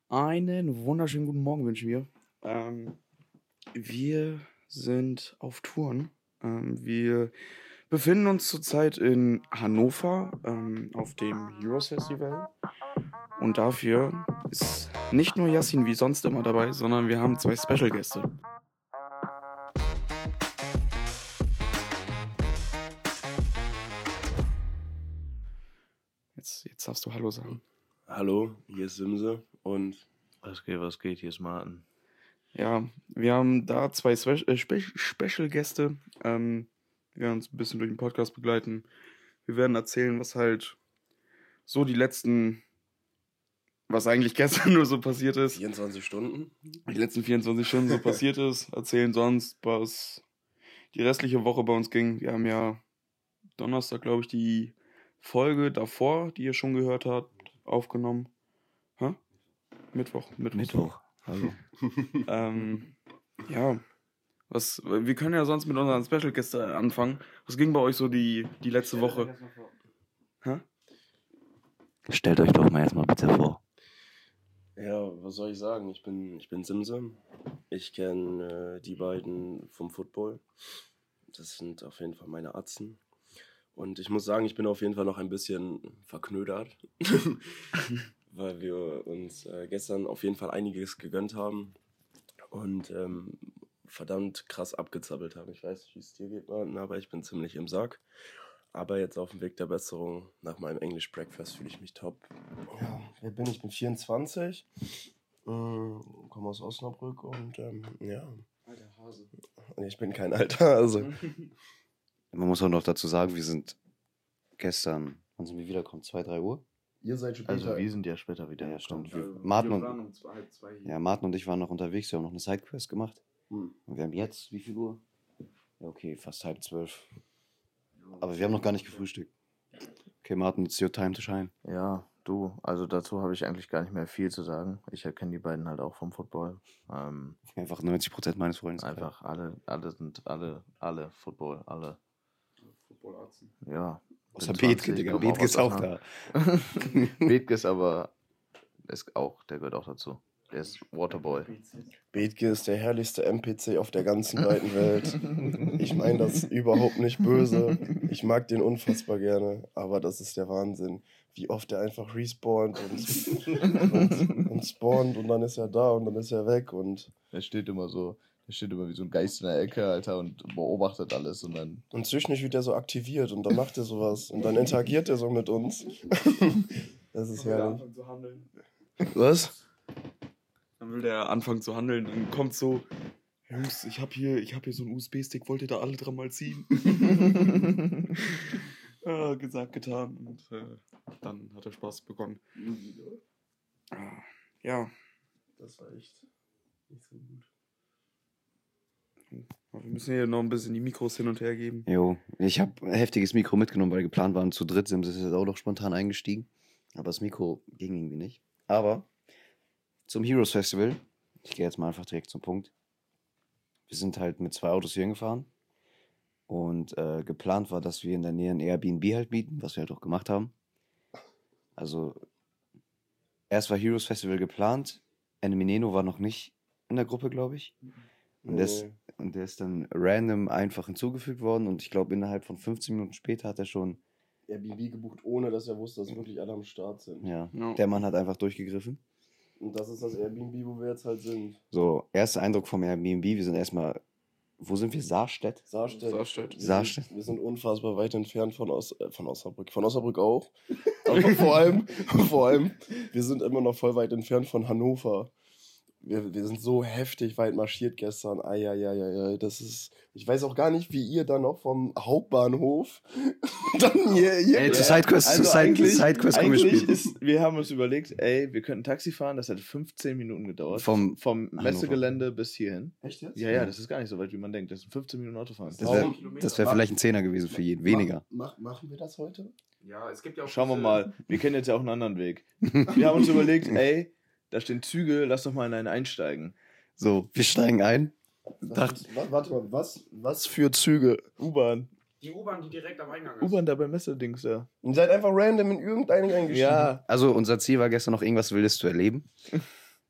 Einen wunderschönen guten Morgen wünschen wir. Wir sind auf Touren. Wir befinden uns zurzeit in Hannover auf dem Heroes Festival. Und dafür ist nicht nur Yassin wie sonst immer dabei, sondern wir haben zwei Special-Gäste. Jetzt darfst du Hallo sagen. Hallo, hier ist Simse und Was geht, hier ist Martin. Ja, wir haben da zwei Special-Gäste. Wir werden uns ein bisschen durch den Podcast begleiten. Wir werden erzählen, was halt so was eigentlich gestern nur so passiert ist. 24 Stunden. Die letzten 24 Stunden so passiert ist. Erzählen sonst, was die restliche Woche bei uns ging. Wir haben ja Donnerstag, glaube ich, die Folge davor, die ihr schon gehört habt, aufgenommen. Hä? Mittwoch. Hallo. Ja, wir können ja sonst mit unseren Special-Gästen anfangen. Was ging bei euch so die letzte Woche? Hä? Stellt euch doch mal erstmal bitte vor. Ja, was soll ich sagen? Ich bin Simse. Ich kenne die beiden vom Football. Das sind auf jeden Fall meine Atzen. Und ich muss sagen, ich bin auf jeden Fall noch ein bisschen verknödert, weil wir uns gestern auf jeden Fall einiges gegönnt haben und verdammt krass abgezappelt haben. Ich weiß nicht, wie es dir geht, Martin, aber ich bin ziemlich im Sack. Aber jetzt auf dem Weg der Besserung. Nach meinem English Breakfast fühle ich mich top. Ja, wer bin ich? Ich bin 24, komme aus Osnabrück und ja. Alter Hase. Ich bin kein alter Hase. Man muss auch noch dazu sagen, wir sind gestern, wann sind wir wiedergekommen? 2, 3 Uhr? Ihr seid später. Also wir sind ja später wieder. Ja, stimmt. Martin Martin und Martin und ich waren noch unterwegs, wir haben noch eine Sidequest gemacht. Hm. Und wir haben jetzt, wie viel Uhr? Ja, okay, fast 11:30. Aber wir haben noch gar nicht gefrühstückt. Okay, Martin, it's your time to shine. Ja, also dazu habe ich eigentlich gar nicht mehr viel zu sagen. Ich kenne die beiden halt auch vom Football. Einfach 90% meines Freundes. Einfach alle Football, alle. Football-Arzen. Ja. Außer bin Bethke, 20, Digga. komm Bethke ist aus auch da. Bethke ist aber, der gehört auch dazu. Der ist Waterboy. Bethke ist der herrlichste NPC auf der ganzen weiten Welt. Ich meine das überhaupt nicht böse. Ich mag den unfassbar gerne, aber das ist der Wahnsinn. Wie oft er einfach respawnt und spawnt und dann ist er da und dann ist er weg und Der steht immer wie so ein Geist in der Ecke, Alter, und beobachtet alles und dann. und zwischendurch wird er so aktiviert und dann macht er sowas und dann interagiert er so mit uns. Das ist herrlich. Anfangen zu handeln. Was? Dann will der anfangen zu handeln, dann kommt so, Jungs, ich hab hier so einen USB-Stick, wollt ihr da alle dran mal ziehen? Ja, gesagt, getan und dann hat der Spaß begonnen. Ja. Das war echt nicht so gut. Aber wir müssen hier noch ein bisschen die Mikros hin und her geben. Jo, ich habe ein heftiges Mikro mitgenommen, weil geplant waren zu dritt, sind jetzt auch noch spontan eingestiegen. Aber das Mikro ging irgendwie nicht. Aber zum Heroes Festival, ich gehe jetzt mal einfach direkt zum Punkt. Wir sind halt mit 2 Autos hier hingefahren und geplant war, dass wir in der Nähe ein Airbnb halt mieten, was wir halt auch gemacht haben. Also erst war Heroes Festival geplant, Enemineno war noch nicht in der Gruppe, glaube ich. Und der ist dann random einfach hinzugefügt worden und ich glaube innerhalb von 15 Minuten später hat er schon, Airbnb gebucht, ohne dass er wusste, dass wirklich alle am Start sind. ja, Ja. der Mann hat einfach durchgegriffen. Und das ist das Airbnb, wo wir jetzt halt sind. So, erster Eindruck vom Airbnb, wir sind erstmal, wo sind wir? Saarstedt? Saarstedt. Saarstedt. Wir sind unfassbar weit entfernt von Osnabrück. Von Osnabrück auch. Aber vor allem, wir sind immer noch voll weit entfernt von Hannover. Wir sind so heftig weit marschiert gestern. Das ist. Ich weiß auch gar nicht, wie ihr dann noch vom Hauptbahnhof dann hier. Ey, zur Sidequest, Sidequest kommen wir spielen. Wir haben uns überlegt, wir könnten Taxi fahren, das hätte 15 Minuten gedauert. Vom Messegelände bis hierhin. Echt jetzt? Ja, das ist gar nicht so weit, wie man denkt. Das sind 15 Minuten Autofahren. Das wär vielleicht ein Zehner gewesen für jeden, weniger. Machen wir das heute? Ja, es gibt ja auch. Schauen wir mal. Wir kennen jetzt ja auch einen anderen Weg. Wir haben uns überlegt, da stehen Züge, lass doch mal in einen einsteigen. So, wir steigen ein. Warte mal, was für Züge? U-Bahn. Die U-Bahn, die direkt am Eingang ist. U-Bahn da beim Messedings, ja. Und seid einfach random in irgendeinen eingestiegen. Ja. Also unser Ziel war gestern noch irgendwas Wildes zu erleben.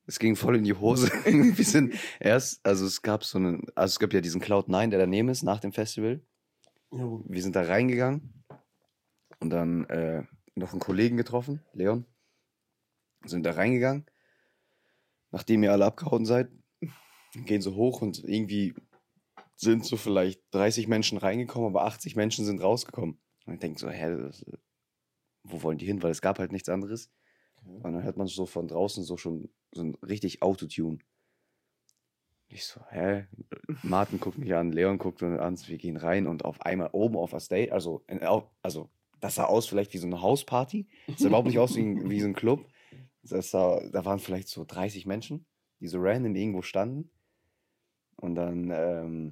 Es ging voll in die Hose. Wir sind erst, also es gab ja diesen Cloud9, der daneben ist, nach dem Festival. Jo. Wir sind da reingegangen und dann noch einen Kollegen getroffen, Leon. Sind da reingegangen, nachdem ihr alle abgehauen seid, gehen so hoch und irgendwie sind so vielleicht 30 Menschen reingekommen, aber 80 Menschen sind rausgekommen. Und ich denke so, wo wollen die hin? Weil es gab halt nichts anderes. Und dann hört man so von draußen so schon so ein richtig Autotune. Ich so, Martin guckt mich an, Leon guckt uns an, wir gehen rein und auf einmal oben auf der Stage, also das sah aus vielleicht wie so eine Hausparty. Das sah überhaupt nicht aus wie so ein Club. Da waren vielleicht so 30 Menschen, die so random irgendwo standen. Und dann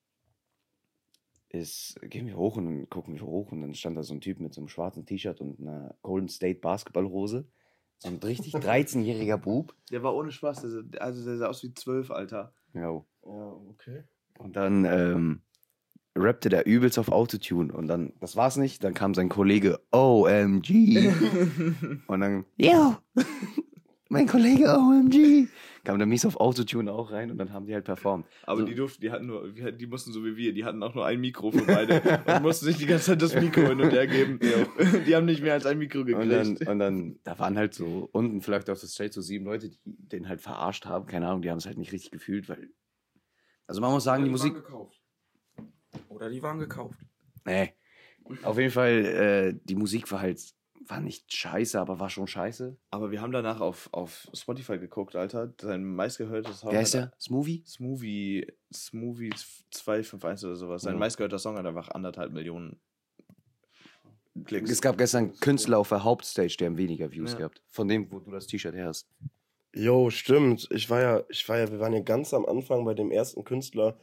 gehen wir hoch und dann gucken wir hoch und dann stand da so ein Typ mit so einem schwarzen T-Shirt und einer Golden State Basketballhose. So ein richtig 13-jähriger Bub. Der war ohne Spaß, der sah aus wie 12, Alter. Ja. Ja, okay. Und dann rappte der übelst auf Autotune und dann, das war's nicht, dann kam sein Kollege OMG und dann, yo, mein Kollege OMG, kam der mies auf Autotune auch rein und dann haben die halt performt. Aber die mussten so wie wir, die hatten auch nur ein Mikro für beide und mussten sich die ganze Zeit das Mikro hin und her geben. Die haben nicht mehr als ein Mikro gekriegt. Und dann, da waren halt so unten vielleicht auf der Stage so 7 Leute, die den halt verarscht haben, keine Ahnung, die haben es halt nicht richtig gefühlt, weil, also man muss sagen, die Musik... Waren gekauft. Oder die waren gekauft. Nee. Auf jeden Fall, die Musik war nicht scheiße, aber war schon scheiße. Aber wir haben danach auf Spotify geguckt, Alter. Sein meistgehörtes Song. Wer ist der? Smoothie? Smoothie 251 oder sowas. Sein Ja. meistgehörter Song hat einfach 1,5 Millionen Klicks. Es gab gestern Künstler auf der Hauptstage, die haben weniger Views Ja. gehabt. Von dem, wo du das T-Shirt her hast. Jo, stimmt. Wir waren ja ganz am Anfang bei dem ersten Künstler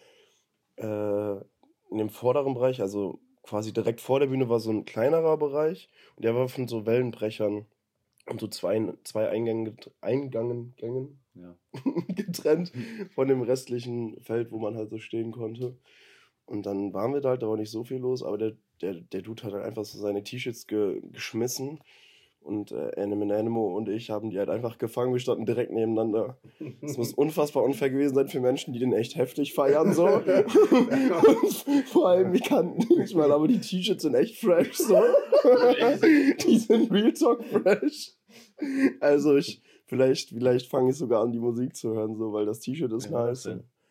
in dem vorderen Bereich, also quasi direkt vor der Bühne war so ein kleinerer Bereich und der war von so Wellenbrechern und so zwei Eingängen Ja. getrennt von dem restlichen Feld, wo man halt so stehen konnte. Und dann waren wir da halt, da war nicht so viel los, aber der Dude hat halt einfach so seine T-Shirts geschmissen und Animo und ich haben die halt einfach gefangen, wir standen direkt nebeneinander. Das muss unfassbar unfair gewesen sein für Menschen, die den echt heftig feiern, so. Und vor allem, ich meine, aber die T-Shirts sind echt fresh, so. Die sind real talk fresh. Also vielleicht fange ich sogar an, die Musik zu hören, so, weil das T-Shirt ist nice.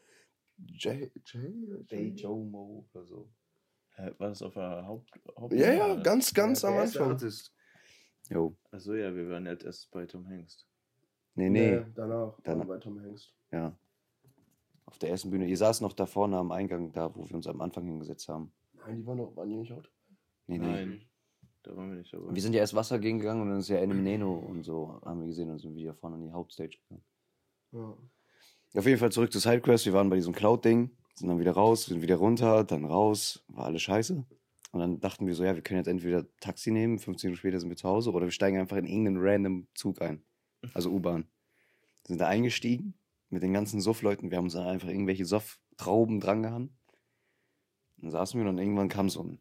Jomo oder so. War das auf der Haupt Ja, ganz am Anfang. Jo. Achso, ja, wir waren jetzt erst bei Tom Hanks. Nee. Danach. Danach. Bei Tom Hanks. Ja. Auf der ersten Bühne. Ihr saß noch da vorne am Eingang, da wo wir uns am Anfang hingesetzt haben. Nein, waren die nicht out? Nee. Nein, da waren wir nicht dabei. Wir sind ja erst Wasser gegangen und dann ist ja Neno und so, haben wir gesehen und sind wieder vorne an die Hauptstage gegangen. Ja. Auf jeden Fall zurück zu Sidequest. Wir waren bei diesem Cloud-Ding, sind dann wieder raus, sind wieder runter, dann raus, war alles scheiße. Und dann dachten wir so, ja, wir können jetzt entweder Taxi nehmen, 15 Minuten später sind wir zu Hause, oder wir steigen einfach in irgendeinen random Zug ein. Also U-Bahn. Sind da eingestiegen mit den ganzen Suff-Leuten. Wir haben uns dann einfach irgendwelche Soff-Trauben drangehangen. Dann saßen wir und dann irgendwann kam so ein,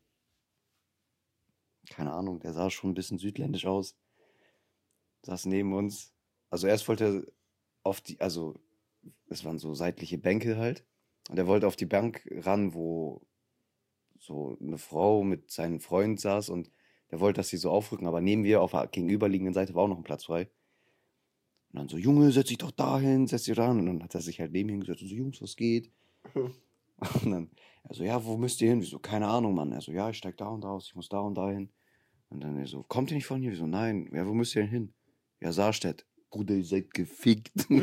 keine Ahnung, der sah schon ein bisschen südländisch aus. Saß neben uns. Also erst wollte er es waren so seitliche Bänke halt. Und er wollte auf die Bank ran, wo so eine Frau mit seinem Freund saß und der wollte, dass sie so aufrücken, aber neben wir auf der gegenüberliegenden Seite war auch noch ein Platz frei. Und dann so, Junge, setz dich doch dahin, setz dich da hin. Und dann hat er sich halt neben ihn gesetzt und so, Jungs, was geht? Und dann, er so, ja, wo müsst ihr hin? Wir so, keine Ahnung, Mann. Er so, ja, ich steig da und da aus, ich muss da und da hin. Und dann er so, kommt ihr nicht von hier? Wir so, nein. Ja, wo müsst ihr denn hin? Ja, Saarstedt. Bruder, ihr seid gefickt. Der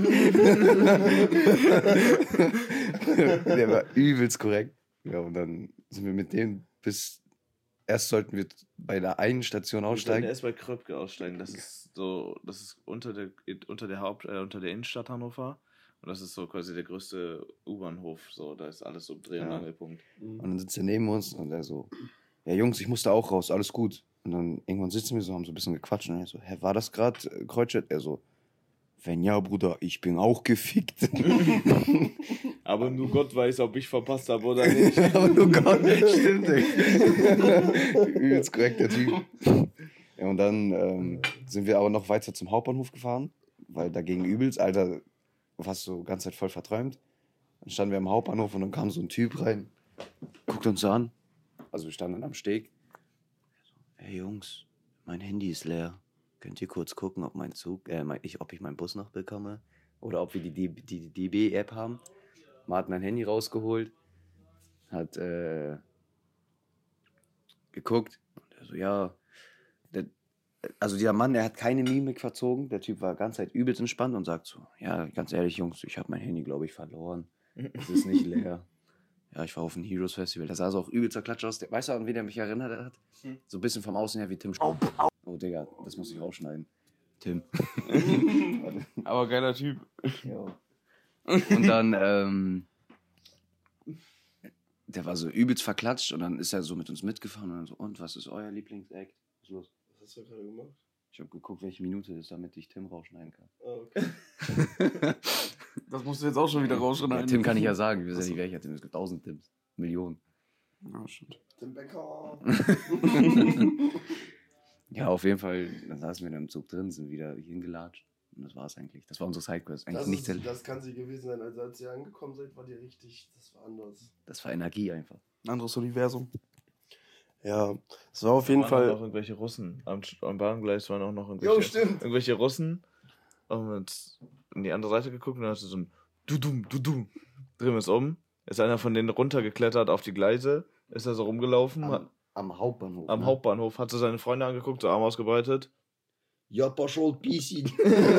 war übelst korrekt. Ja, und dann sind wir mit dem erst sollten wir bei der einen Station Wir aussteigen. sollten erst bei Kröpke aussteigen. Das ist unter der Innenstadt Hannover. Und das ist so quasi der größte U-Bahnhof. So, da ist alles so Dreh- und Ja. Angelpunkt. Und dann sitzt er neben uns und er so, ja Jungs, ich muss da auch raus, alles gut. Und dann irgendwann sitzen wir so, haben so ein bisschen gequatscht und er so, war das gerade Kreuzstadt? Er so, wenn ja, Bruder, ich bin auch gefickt. Aber nur Gott weiß, ob ich verpasst habe oder nicht. Aber nur Gott, stimmt echt. Übelst korrekt, der Typ. Ja, und dann sind wir aber noch weiter zum Hauptbahnhof gefahren, weil dagegen übelst, Alter, fast so ganze Zeit voll verträumt. Dann standen wir am Hauptbahnhof und dann kam so ein Typ rein, guckt uns so an. Also wir standen am Steg. Hey Jungs, mein Handy ist leer. Könnt ihr kurz gucken, ob ob ich meinen Bus noch bekomme? Oder ob wir die DB-App haben? Man hat mein Handy rausgeholt, hat geguckt. Und er so, ja. Also dieser Mann, der hat keine Mimik verzogen. Der Typ war die ganze Zeit übelst entspannt und sagt so, ja, ganz ehrlich, Jungs, ich habe mein Handy, glaube ich, verloren. Es ist nicht leer. Ja, ich war auf dem Heroes Festival. Da sah so auch übelster Klatsch aus. Weißt du, an wen der mich erinnert hat? So ein bisschen vom Außen her wie Tim. Oh, Digga, das muss ich rausschneiden. Tim. Aber geiler Typ. Ja. Und dann, der war so übelst verklatscht und dann ist er so mit uns mitgefahren und dann so, und was ist euer Lieblingsact? Was ist los? Was hast du gerade gemacht? Ich habe geguckt, welche Minute das ist, damit ich Tim rausschneiden kann. Ah, okay. Das musst du jetzt auch schon wieder Ja, rausschneiden. Tim kann ich ja sagen, wir wissen nicht welcher Tim. Es gibt 1000 Tims. Millionen. Ja, stimmt. Tim Becker. Ja, auf jeden Fall, dann saßen wir in einem Zug drin, sind wieder hingelatscht. Und das war's eigentlich. Das war unsere Sidequest. Eigentlich nichts. Das kann sie gewesen sein. Also als ihr angekommen seid, war die richtig, das war anders. Das war Energie einfach. Ein anderes Universum. Ja, es war auf jeden Noch Fall. irgendwelche Russen. Am Bahngleis waren auch noch Jo, stimmt. irgendwelche Russen. Und mit in die andere Seite geguckt und dann hast du so ein Dudum. Drehen wir es um. Ist einer von denen runtergeklettert auf die Gleise. Ist er so rumgelaufen. Am Hauptbahnhof. Am Hauptbahnhof. Hat so seine Freunde angeguckt, so Arm ausgebreitet. Ja, пошел писить.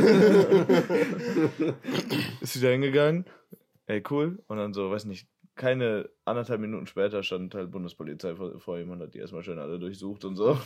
Ist wieder hingegangen. Ey, cool. Und dann so, weiß nicht, keine 1,5 Minuten später stand halt Bundespolizei vor ihm und hat die erstmal schön alle durchsucht und so.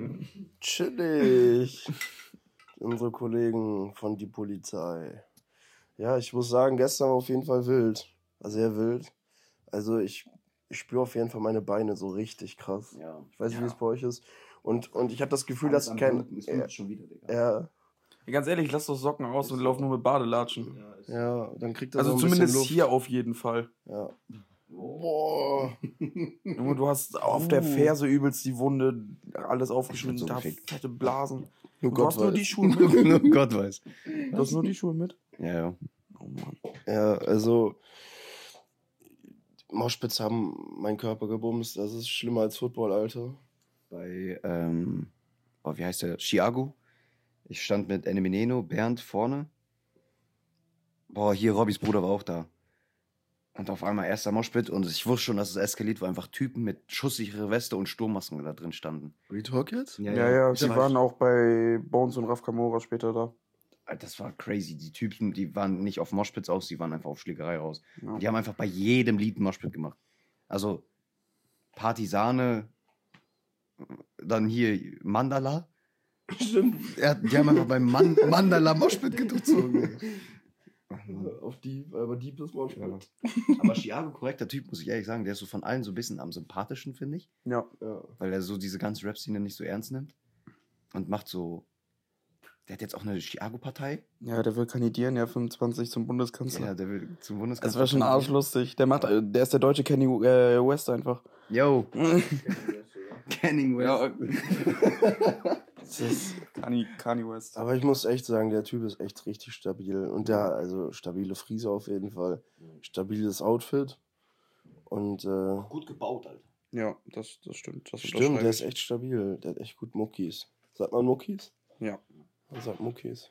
Chillig. Unsere Kollegen von die Polizei. Ja, ich muss sagen, gestern war auf jeden Fall wild. War sehr wild. Also ich spüre auf jeden Fall meine Beine so richtig krass. Ja. Ich weiß nicht, wie es bei euch ist. Und ich habe das Gefühl, dass ich kein... schon wieder, Digga. Ja, Ganz ehrlich, lass doch Socken aus und lauf nur mit Badelatschen. ja, dann kriegt das Also noch ein bisschen zumindest Luft. hier auf jeden Fall. Ja. Boah. Junge, du hast auf der Ferse übelst die Wunde, alles aufgeschnitten, so da gefickt. fette Blasen. Nur Du Gott hast nur weiß. die Schuhe mit. Nur Gott weiß. Du hast nur die Schuhe mit. Ja, ja. Oh Mann. Ja, also Moshpits haben meinen Körper gebumst. Das ist schlimmer als Football, Alter. Bei, wie heißt der? Chiago. Ich stand mit Enemineno, Bernd vorne. Boah, hier, Robbys Bruder war auch da. Und auf einmal erster Moshpit und ich wusste schon, dass es eskaliert, wo einfach Typen mit schusssichere Weste und Sturmmasken da drin standen. Retalk jetzt? Ja, sie waren auch bei Bones und Raf Kamora später da. Das war crazy. Die Typen, die waren nicht auf Moshpits aus, die waren einfach auf Schlägerei raus. Ja. Die haben einfach bei jedem Lied einen Moshpit gemacht. Also Partisane, dann hier Mandala. Stimmt. Die haben einfach beim Mandala Moshpit gezogen. Auf die, aber Deep ist Moshpit. Ja. Aber Chiago, korrekter Typ, muss ich ehrlich sagen. Der ist so von allen so ein bisschen am sympathischen, finde ich. Ja. Ja. Weil er so diese ganze Rap-Szene nicht so ernst nimmt. Und macht so... Der hat jetzt auch eine Chiago-Partei. Ja, der will kandidieren, ja, 25 zum Bundeskanzler. Ja, der will zum Das Bundeskanzler. war schon arschlustig. Der ist der deutsche Kanye West einfach. Yo. Canning West. Das ist Kanye West. Aber ich muss echt sagen, der Typ ist echt richtig stabil. Und der, also stabile Frise auf jeden Fall. Stabiles Outfit. Und Gut gebaut, Alter. Ja, das stimmt. Das stimmt, unterschreibe der ist ich. echt stabil. Der hat echt gut Muckis. Sagt man Muckis? Ja. Man sagt Muckis.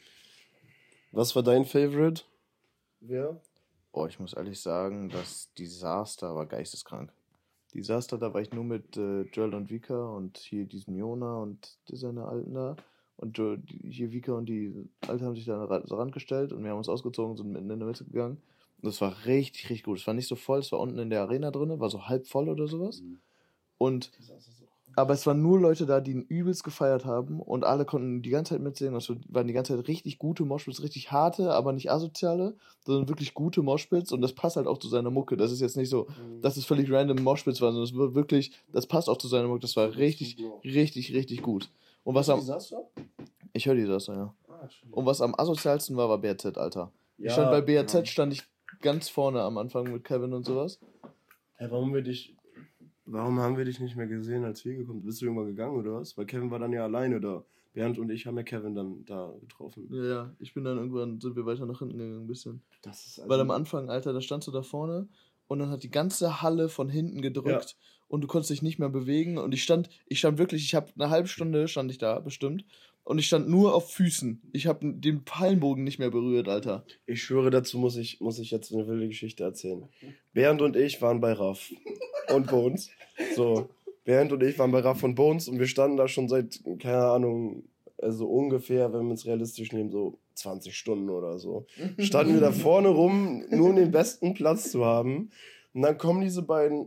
Was war dein Favorite? Wer? Oh, ich muss ehrlich sagen, das Disaster war geisteskrank. Disaster, da war ich nur mit Joel und Vika und hier diesem Jona und seine Alten da. Und hier Vika und die Alte haben sich da an den Rand gestellt und wir haben uns ausgezogen, sind mitten in der Mitte gegangen. Und das war richtig, richtig gut. Es war nicht so voll, es war unten in der Arena drin, war so halb voll oder sowas. Und aber es waren nur Leute da, die ihn übelst gefeiert haben und alle konnten die ganze Zeit mitsingen. Das waren die ganze Zeit richtig gute Moshpits, richtig harte, aber nicht asoziale, sondern wirklich gute Moshpits und das passt halt auch zu seiner Mucke. Das ist jetzt nicht so, dass es völlig random Moshpits waren, sondern es wird wirklich, das passt auch zu seiner Mucke. Das war richtig, richtig, richtig gut. Und was am... Ich höre die Disaster, ja. Und was am asozialsten war BRZ, Alter. Ich stand bei BRZ, stand ich ganz vorne am Anfang mit Kevin und sowas. Hey, warum haben wir dich nicht mehr gesehen, als wir gekommen sind? Bist du irgendwann gegangen oder was? Weil Kevin war dann ja alleine da. Bernd und ich haben ja Kevin dann da getroffen. Ja, ich bin dann irgendwann, sind wir weiter nach hinten gegangen ein bisschen. Das ist Weil am Anfang, Alter, da standst du da vorne und dann hat die ganze Halle von hinten gedrückt und du konntest dich nicht mehr bewegen und ich stand wirklich, ich habe eine halbe Stunde stand ich da bestimmt und ich stand nur auf Füßen. Ich habe den Pallenbogen nicht mehr berührt, Alter. Ich schwöre, dazu muss ich jetzt eine wilde Geschichte erzählen. Bernd und ich waren bei Raff und Bones. So, Bernd und ich waren bei Raff und Bones und wir standen da schon seit, keine Ahnung, also ungefähr, wenn wir es realistisch nehmen, so 20 Stunden oder so. Standen wir da vorne rum, nur um den besten Platz zu haben. Und dann kommen diese beiden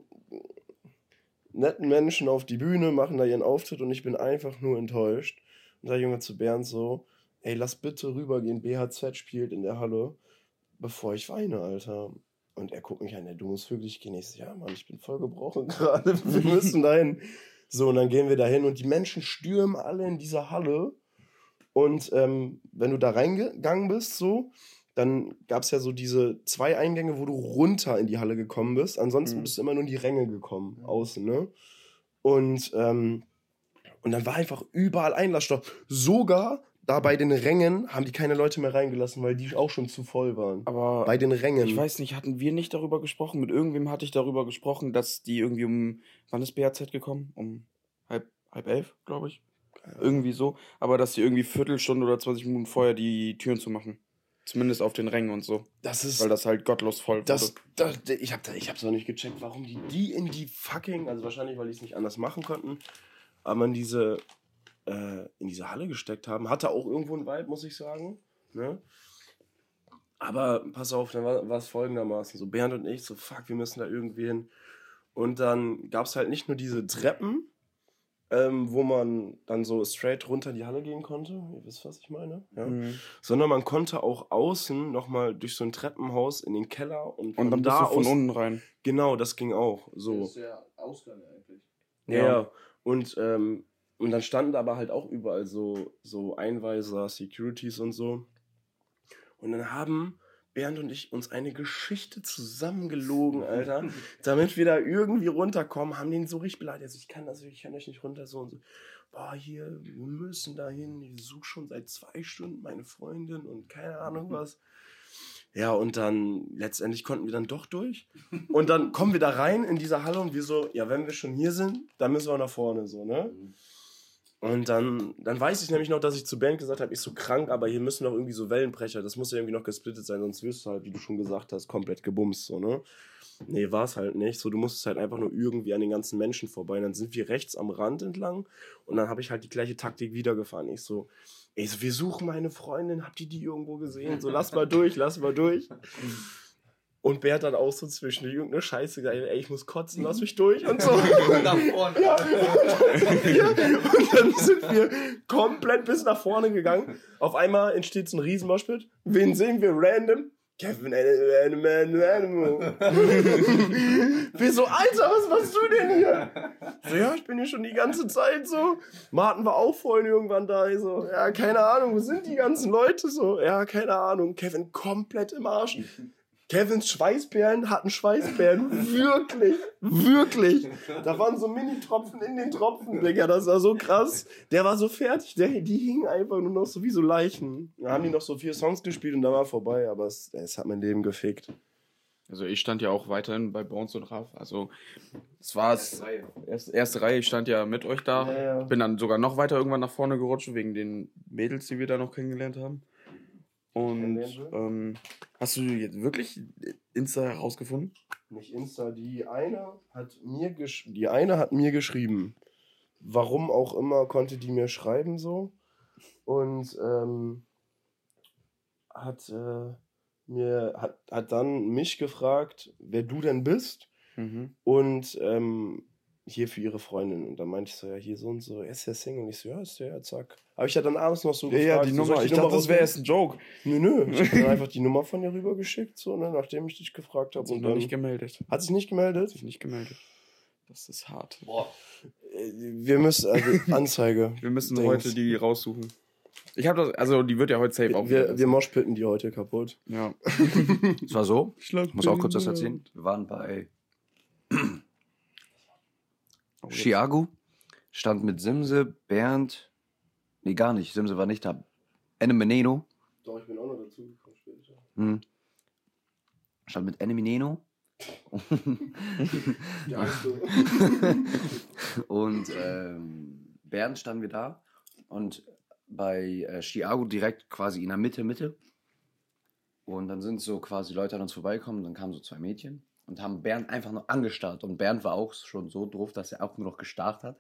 netten Menschen auf die Bühne, machen da ihren Auftritt und ich bin einfach nur enttäuscht. Und sage Junge zu Bernd so, ey, lass bitte rübergehen, BHZ spielt in der Halle, bevor ich weine, Alter. Und er guckt mich an, ey, du musst wirklich gehen. Ich so, ja, Mann, ich bin voll gebrochen gerade, wir müssen dahin. So, und dann gehen wir dahin und die Menschen stürmen alle in dieser Halle. Und wenn du da reingegangen bist, so, dann gab es ja so diese 2 Eingänge, wo du runter in die Halle gekommen bist. Ansonsten bist du immer nur in die Ränge gekommen, außen, ne? Und dann war einfach überall Einlassstoff. Sogar da bei den Rängen haben die keine Leute mehr reingelassen, weil die auch schon zu voll waren. Aber bei den Rängen. ich weiß nicht, hatten wir nicht darüber gesprochen? Mit irgendwem hatte ich darüber gesprochen, dass die irgendwie wann ist BHZ gekommen? Um halb 11, glaube ich. Irgendwie so. Aber dass die irgendwie Viertelstunde oder 20 Minuten vorher die Türen zu machen. Zumindest auf den Rängen und so. Das ist, weil das halt gottlos voll wurde. Ich hab's noch nicht gecheckt, warum die in die fucking, also wahrscheinlich, weil die es nicht anders machen konnten, aber in diese Halle gesteckt haben. Hatte auch irgendwo einen Vibe, muss ich sagen. Ne? Aber pass auf, dann war es folgendermaßen. So Bernd und ich, so fuck, wir müssen da irgendwie hin. Und dann gab es halt nicht nur diese Treppen, wo man dann so straight runter in die Halle gehen konnte. Ihr wisst, was ich meine. Ja? Sondern man konnte auch außen nochmal durch so ein Treppenhaus in den Keller und dann da bist du von unten rein. Genau, das ging auch. So. Das ist der Ausgang eigentlich. Ja. Und dann standen da aber halt auch überall so Einweiser, Securities und so. Und dann haben Bernd und ich uns eine Geschichte zusammengelogen, Alter, damit wir da irgendwie runterkommen, haben den so richtig beleidigt. Also ich kann euch nicht runter, so und so. Boah, hier, wir müssen da hin, ich suche schon seit 2 Stunden meine Freundin und keine Ahnung was. Ja, und dann letztendlich konnten wir dann doch durch. Und dann kommen wir da rein in diese Halle und wir so, ja, wenn wir schon hier sind, dann müssen wir nach vorne, so, ne? Und dann weiß ich nämlich noch, dass ich zu Bernd gesagt habe, ich so krank, aber hier müssen noch irgendwie so Wellenbrecher, das muss ja irgendwie noch gesplittet sein, sonst wirst du halt, wie du schon gesagt hast, komplett gebumst, so, ne? Nee, war es halt nicht. So, du musstest halt einfach nur irgendwie an den ganzen Menschen vorbei. Und dann sind wir rechts am Rand entlang und dann habe ich halt die gleiche Taktik wieder gefahren. Ich so, wir suchen meine Freundin, habt ihr die irgendwo gesehen? So, lass mal durch. Und Bert dann auch so zwischendurch irgendeine Scheiße gesagt, ey, ich muss kotzen, lass mich durch und so. Nach vorne. Ja. Und dann sind wir komplett bis nach vorne gegangen. Auf einmal entsteht so ein Riesenmoshpit. Wen sehen wir random? Kevin, wir so, Alter, was machst du denn hier? So, ja, ich bin hier schon die ganze Zeit so. Martin war auch vorhin irgendwann da. Ich so, ja, keine Ahnung, wo sind die ganzen Leute so? Ja, keine Ahnung. Kevin komplett im Arsch. Kevins Schweißperlen hatten Schweißperlen. Wirklich. Da waren so Mini-Tropfen in den Tropfen, Digga. Das war so krass. Der war so fertig. Die hingen einfach nur noch so wie so Leichen. Da haben die noch so 4 Songs gespielt und dann war vorbei. Aber es hat mein Leben gefickt. Also ich stand ja auch weiterhin bei Bones und Raff. Also es war erste Reihe. Ich stand ja mit euch da. Ja. Ich bin dann sogar noch weiter irgendwann nach vorne gerutscht, wegen den Mädels, die wir da noch kennengelernt haben. Und hast du jetzt wirklich Insta herausgefunden? Nicht Insta, die eine hat mir geschrieben. Warum auch immer konnte die mir schreiben so. Und hat dann mich gefragt, wer du denn bist. Und hier für ihre Freundin. Und dann meinte ich so, ja, hier so und so, er ist ja Single. Und ich so, ja, ist der, ja, zack. Habe ich ja dann abends noch so gefragt. Ja, die Nummer. Ich dachte, das wäre jetzt ein Joke. Nö. Ich habe dann einfach die Nummer von ihr rübergeschickt, so, ne, nachdem ich dich gefragt habe. Hat sich noch nicht gemeldet. Hat sich nicht gemeldet? Hat sich nicht gemeldet. Das ist hart. Boah. Wir müssen, Anzeige. Wir müssen heute die raussuchen. Ich habe das, also die wird ja heute safe auch. Wir moshpitten die heute kaputt. Ja. Es war so, ich muss auch kurz was erzählen. Wir waren bei Chiago, stand mit Simse, Bernd, Nee, gar nicht. Simse war nicht da. Enemeneno. Doch, ich bin auch noch dazu gekommen später. Stand mit Enemeneno. Ja, so. Und Bernd standen wir da. Und bei Chiago direkt quasi in der Mitte. Und dann sind so quasi Leute an uns vorbeikommen. Dann kamen so 2 Mädchen und haben Bernd einfach nur angestarrt. Und Bernd war auch schon so doof, dass er auch nur noch gestarrt hat.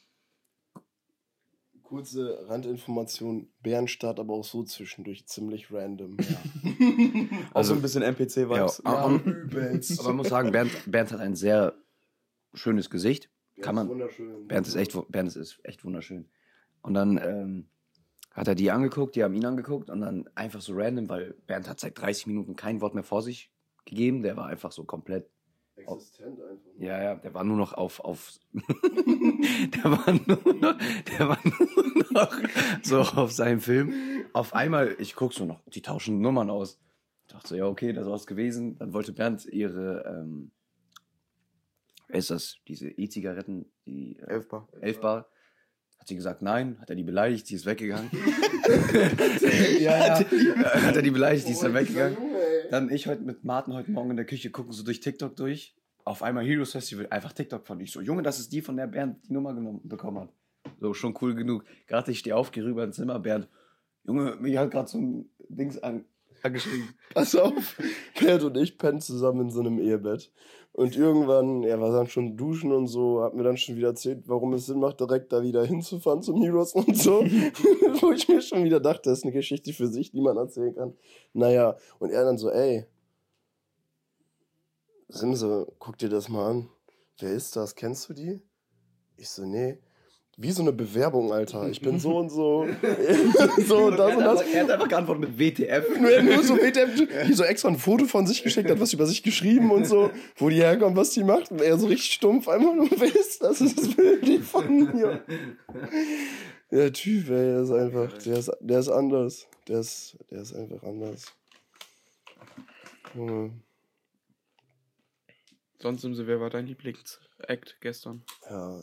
Kurze Randinformation, Bärenstadt, aber auch so zwischendurch ziemlich random. Auch so ein bisschen NPC-Vibes. Ja, übelst. aber man muss sagen, Bernd hat ein sehr schönes Gesicht. Kann man. Wunderschön. Bernd ist echt wunderschön. Und dann hat er die angeguckt, die haben ihn angeguckt und dann einfach so random, weil Bernd hat seit 30 Minuten kein Wort mehr vor sich gegeben. Der war einfach so komplett. Existent einfach. Ne? Ja, der war nur noch auf der war nur noch so auf seinem Film. Auf einmal, ich guck so noch, die tauschen Nummern aus. Ich dachte so, ja, okay, das war's gewesen. Dann wollte Bernd ihre, wer ist das? Diese E-Zigaretten, die 11 Bar. 11 Bar. Hat sie gesagt, nein, hat er die beleidigt, sie ist weggegangen. Ja. Hat er die beleidigt, die ist dann weggegangen. Junge, ey. Dann ich mit Martin heute Morgen in der Küche, gucken so durch TikTok durch. Auf einmal Heroes Festival, einfach TikTok von ich so, Junge, das ist die, von der Bernd die Nummer bekommen hat. So, schon cool genug. Gerade ich stehe auf, gehe rüber ins Zimmer, Bernd, Junge, mich hat gerade so ein Dings angeschrieben. Pass auf, Bernd und ich pennen zusammen in so einem Ehebett. Und irgendwann, er war dann schon duschen und so, hat mir dann schon wieder erzählt, warum es Sinn macht, direkt da wieder hinzufahren zum Heroes und so. Wo ich mir schon wieder dachte, das ist eine Geschichte für sich, die man erzählen kann. Naja, und er dann so, ey, Simse, guck dir das mal an. Wer ist das? Kennst du die? Ich so, nee. Wie so eine Bewerbung, Alter. Ich bin so und so. So und das und das. Er hat einfach geantwortet mit WTF. Nur so WTF, die so extra ein Foto von sich geschickt hat, was über sich geschrieben und so, wo die herkommt, was die macht. Und er so richtig stumpf, einfach nur, wer ist das? Das ist das Bild von mir. Der Typ, ey, der ist einfach, der ist anders. Der ist einfach anders. Junge. Sonst, Simse, wer war dein Lieblingsact gestern? Ja,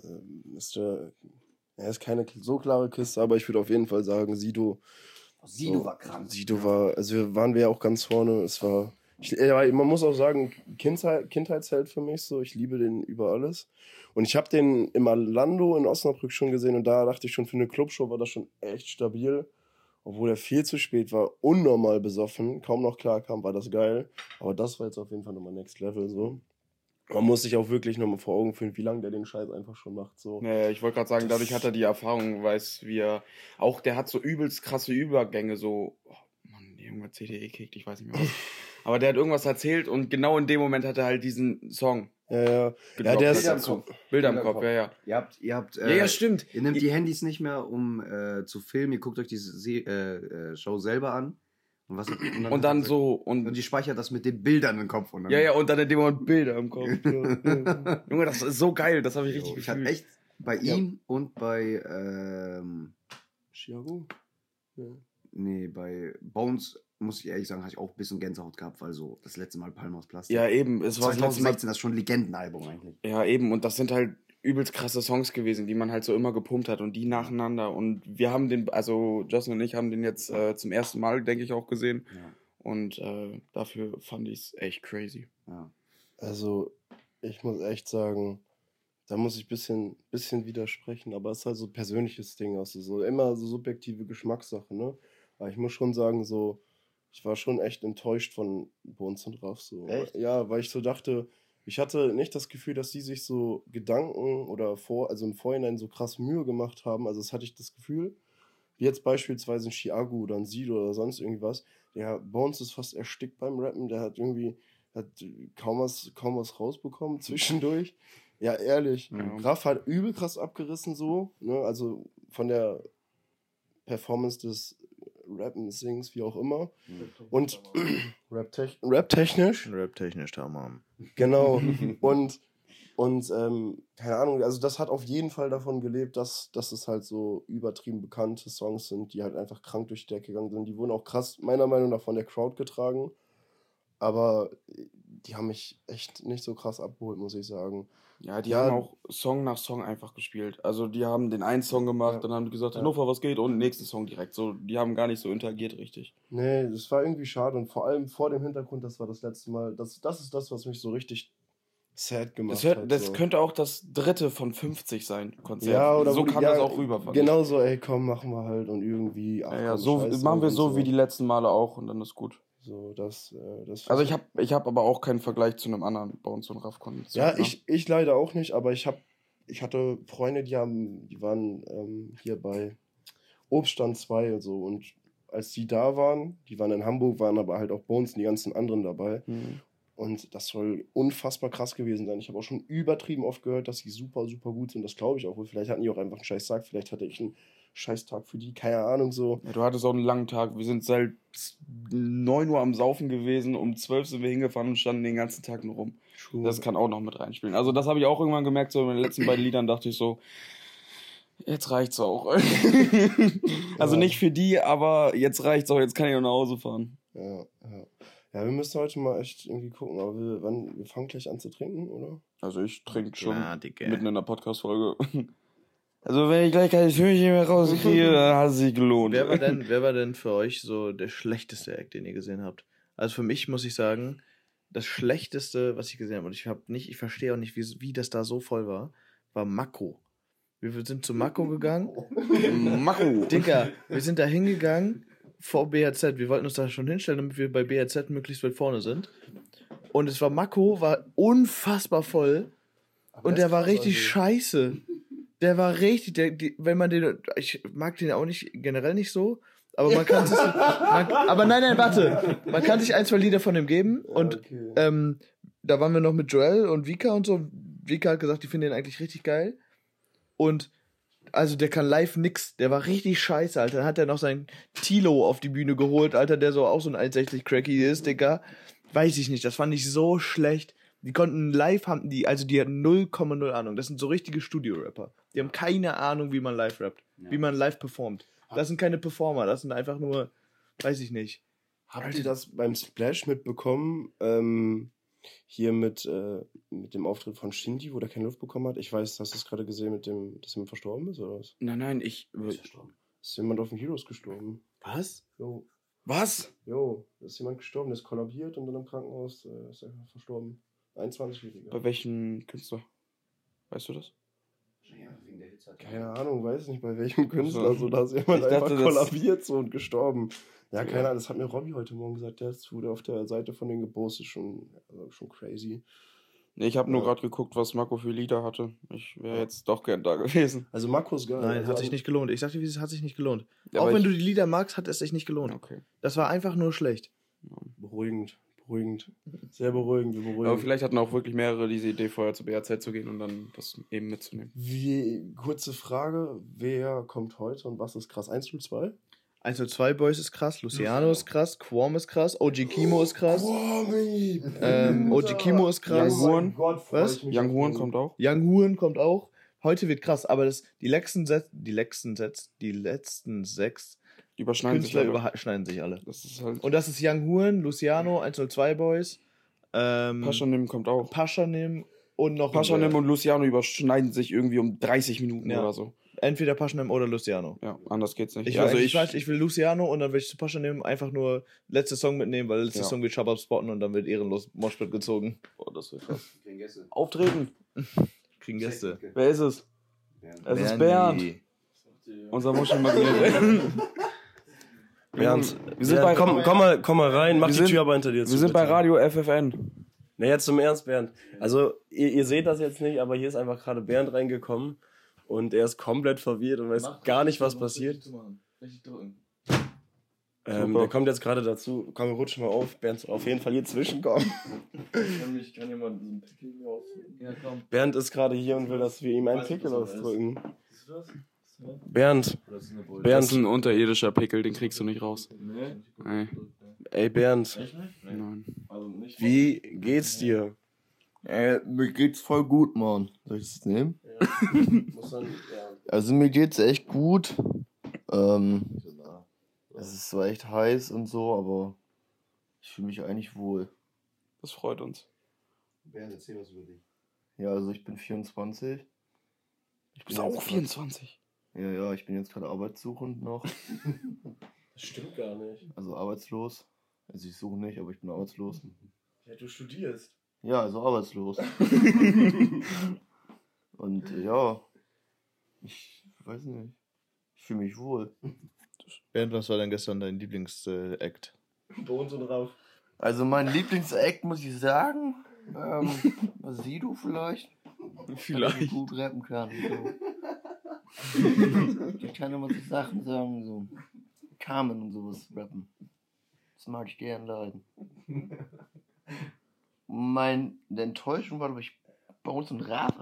er ist keine so klare Kiste, aber ich würde auf jeden Fall sagen, Sido. Sido war krank. Sido war, also waren wir ja auch ganz vorne. Es war, man muss auch sagen, Kindheitsheld für mich so. Ich liebe den über alles. Und ich habe den im Orlando in Osnabrück schon gesehen und da dachte ich schon, für eine Clubshow war das schon echt stabil. Obwohl er viel zu spät war, unnormal besoffen, kaum noch klar kam, war das geil. Aber das war jetzt auf jeden Fall nochmal Next Level so. Man muss sich auch wirklich nochmal vor Augen führen, wie lange der den Scheiß einfach schon macht. So. Ja, ich wollte gerade sagen, dadurch hat er die Erfahrung, weiß, wie er, auch der hat so übelst krasse Übergänge, so, oh Mann, irgendwas CDE kickt, ich weiß nicht mehr was. Aber der hat irgendwas erzählt und genau in dem Moment hat er halt diesen Song Ja, gedroppt. der ist Bilder im Kopf, ja. Ihr habt Ja, stimmt. Ihr nehmt die Handys nicht mehr, um zu filmen. Ihr guckt euch diese Show selber an. Und dann und die speichert das mit den Bildern im Kopf. Und dann Ja, und dann in dem Moment Bilder im Kopf. Ja. Junge, das ist so geil, das habe ich richtig ich hatte gefühlt. echt bei ihm und bei Chiago? Ja. nee, bei Bones, muss ich ehrlich sagen, hatte ich auch ein bisschen Gänsehaut gehabt, weil so das letzte Mal Palm aus Plastik. Ja, eben. Es war das letzte Mal. 2016, das ist schon ein Legendenalbum eigentlich. Ja, eben. Und das sind halt übelst krasse Songs gewesen, die man halt so immer gepumpt hat und die nacheinander. Und wir haben den, also Justin und ich haben den jetzt zum ersten Mal, denke ich, auch gesehen. Ja. Und dafür fand ich es echt crazy. Ja. Also, ich muss echt sagen, da muss ich ein bisschen widersprechen, aber es ist halt so ein persönliches Ding, also so immer so subjektive Geschmackssache, ne? Aber ich muss schon sagen, so, ich war schon echt enttäuscht von Bones und Raff, so. Echt? Ja, weil ich so dachte, ich hatte nicht das Gefühl, dass die sich so Gedanken oder also im Vorhinein so krass Mühe gemacht haben, also das hatte ich das Gefühl, wie jetzt beispielsweise ein Chiago oder ein Sido oder sonst irgendwas, der Bones ist fast erstickt beim Rappen, der hat kaum was rausbekommen zwischendurch. Ja, ehrlich. Ja. Raff hat übel krass abgerissen so, ne? Also von der Performance des Rappen, Sings, wie auch immer. Und Rap-technisch. Rap-technisch da, Mann. Genau. und keine Ahnung, also das hat auf jeden Fall davon gelebt, dass es halt so übertrieben bekannte Songs sind, die halt einfach krank durch die Decke gegangen sind. Die wurden auch krass, meiner Meinung nach, von der Crowd getragen. aber die haben mich echt nicht so krass abgeholt, muss ich sagen. Ja, die Ja. haben auch Song nach Song einfach gespielt. Also die haben den einen Song gemacht, Ja. dann haben die gesagt, Ja. Hannover, was geht? Und den nächsten Song direkt. So, die haben gar nicht so interagiert richtig. Nee, das war irgendwie schade und vor allem vor dem Hintergrund, das war das letzte Mal, das ist das, was mich so richtig sad gemacht hat. Das so. könnte auch das dritte von 50 sein, Konzert. Ja, oder so wo die- kam ja, das auch rüber. fand Genau so, ey, komm, machen wir halt und irgendwie. Ach, ich. Ja, komm, so scheiß machen wir drauf so und wie die letzten Male auch und dann ist gut. So, das. Also ich hab aber auch keinen Vergleich zu einem anderen Bones und Raff-Konzert. Ja, ne? ich leider auch nicht, aber ich hatte Freunde, die waren hier bei Obststand 2 und so. Und als die da waren, die waren in Hamburg, waren aber halt auch Bones und die ganzen anderen dabei. Mhm. Und das soll unfassbar krass gewesen sein. Ich habe auch schon übertrieben oft gehört, dass sie super, super gut sind. Das glaube ich auch wohl. Vielleicht hatten die auch einfach einen scheiß Tag. Vielleicht hatte ich einen scheiß Tag für die. Keine Ahnung, so. Ja, du hattest auch einen langen Tag. Wir sind seit 9 Uhr am Saufen gewesen. Um 12 sind wir hingefahren und standen den ganzen Tag nur rum. Das kann auch noch mit reinspielen. Also das habe ich auch irgendwann gemerkt. So in den letzten beiden Liedern dachte ich so, jetzt reicht's auch. Also Ja. nicht für die, aber jetzt reicht's auch. Jetzt kann ich auch nach Hause fahren. Ja. Ja, wir müssen heute mal echt irgendwie gucken. Aber wir fangen gleich an zu trinken, oder? Also ich trinke schon Klar, Digga. mitten in der Podcast-Folge. Also wenn ich gleich kein Hörchen mehr rauskriege, dann hat es sich gelohnt. Wer war denn für euch so der schlechteste Act, den ihr gesehen habt? Also für mich muss ich sagen, das schlechteste, was ich gesehen habe, und ich verstehe auch nicht, wie das da so voll war Mako. Wir sind zu Mako gegangen. Mako. Digga, wir sind da hingegangen vor BHZ. Wir wollten uns da schon hinstellen, damit wir bei BHZ möglichst weit vorne sind. Und Mako war unfassbar voll. Und der war richtig scheiße. Der war richtig, wenn man den, ich mag den auch nicht, generell nicht so, aber man kann sich, aber nein, warte, man kann sich ein, zwei Lieder von dem geben und Okay. da waren wir noch mit Joel und Vika und so. Vika hat gesagt, die finden den eigentlich richtig geil und also der kann live nix, der war richtig scheiße, Alter. Dann hat er noch seinen Tilo auf die Bühne geholt, Alter, der so auch so ein 1,60 Cracky ist, Digga. Weiß ich nicht, das fand ich so schlecht. Die konnten live, hatten die hatten 0,0 Ahnung. Das sind so richtige Studio-Rapper. Die haben keine Ahnung, wie man live rappt, wie man live performt. Das sind keine Performer, das sind einfach nur, weiß ich nicht. Habt ihr das beim Splash mitbekommen? Hier mit dem Auftritt von Shindy, wo der keine Luft bekommen hat? Ich weiß, hast du es gerade gesehen, dass jemand verstorben ist, oder was? Nein, Ist jemand auf den Heroes gestorben? Was? Jo, Was? da ist jemand gestorben, der ist kollabiert und dann im Krankenhaus ist er einfach verstorben. 21-Jähriger. Bei welchem Künstler? Weißt du das? Keine Ahnung, weiß nicht, bei welchem Künstler. So. So, da ist jemand Ich dachte, einfach das- kollabiert so und gestorben. Ja, Ja. keine Ahnung, das hat mir Robby heute Morgen gesagt. Der wurde auf der Seite von den gepostet, schon crazy. Nee, ich habe nur Ja. gerade geguckt, was Marco für Lieder hatte. Ich wäre jetzt doch gern da gewesen. Also Markus geil. Nein, also, hat sich nicht gelohnt. Ich sagte, es hat sich nicht gelohnt. Ja, Auch aber wenn ich- du die Lieder magst, hat es sich nicht gelohnt. Okay. Das war einfach nur schlecht. Beruhigend. Sehr beruhigend, wir beruhigen. Aber vielleicht hatten auch wirklich mehrere diese Idee, vorher zur BAZ zu gehen und dann das eben mitzunehmen. Kurze Frage, wer kommt heute und was ist krass? 102? 102 Boys ist krass, Luciano ist krass, Quam ist krass, OG Kimo ist krass, OG Kimo ist krass. Young Horn. Was? Young Horn kommt auch. Young Huren kommt auch. Heute wird krass, aber die letzten sechs Die überschneiden sich Künstler alle. überschneiden sich alle. Das ist halt. Und das ist Young Huren, Luciano, 102 Boys, Paschanim kommt auch. Paschanim und noch Paschanim und Luciano überschneiden sich irgendwie um 30 Minuten Ja. oder so. entweder Paschanim oder Luciano. Ja, anders geht's nicht. Ich will, also ich will Luciano und dann will ich zu Paschanim einfach nur letzte Song mitnehmen, weil letzte Ja. Song wird Shabab spotten und dann wird ehrenlos Moshpit gezogen. Oh, das wird krass. Auftreten. Kriegen Gäste. Wer ist es? Es ist Bernd. Unser Muschelmagnet. Bernd, Wir sind bei- komm mal rein, mach Wir die sind- Tür aber hinter dir zu. Wir sind bei bitte. Radio FFN. Na, jetzt zum Ernst, Bernd. Also, ihr seht das jetzt nicht, aber hier ist einfach gerade Bernd reingekommen und er ist komplett verwirrt und weiß gar nicht, was passiert. Richtig drücken. Der kommt jetzt gerade dazu. Komm, rutsch mal auf. Bernd soll auf jeden Fall hier zwischenkommen. Kann jemand so einen Pickel hier ausdrücken? Ja, komm. Bernd ist gerade hier und will, dass wir ihm einen Weißt du, Pickel was das ausdrücken. Ist das? Bernd, Das ist eine Bull. Das ist ein unterirdischer Pickel, den kriegst du nicht raus. Nee. Nee. ey Bernd, Echt nicht? Nee. Nein. Also nicht. wie geht's dir? Mir geht's voll gut, Mann. Soll ich das nehmen? Muss dann, ja. Also mir geht's echt gut. Es ist zwar echt heiß und so, aber ich fühle mich eigentlich wohl. Das freut uns. Bernd, erzähl was über dich. Ja, also ich bin 24. Ich Du bist bin auch jetzt 24. Ja, ich bin jetzt gerade arbeitssuchend noch. Das stimmt gar nicht. Also arbeitslos. Also ich suche nicht, aber ich bin arbeitslos. Ja, du studierst. Ja, also arbeitslos. Und ja, ich weiß nicht. Ich fühle mich wohl. Bernd, was war denn gestern dein Lieblings-Act? Bones und Rauf. Also mein Lieblings-Act, muss ich sagen, Sido vielleicht. Vielleicht. Der gut rappen kann. So. Der kann immer so Sachen sagen, so Carmen und sowas rappen. Das mag ich gern leiden. Der Enttäuschung war, glaube ich, Bones und Ralf.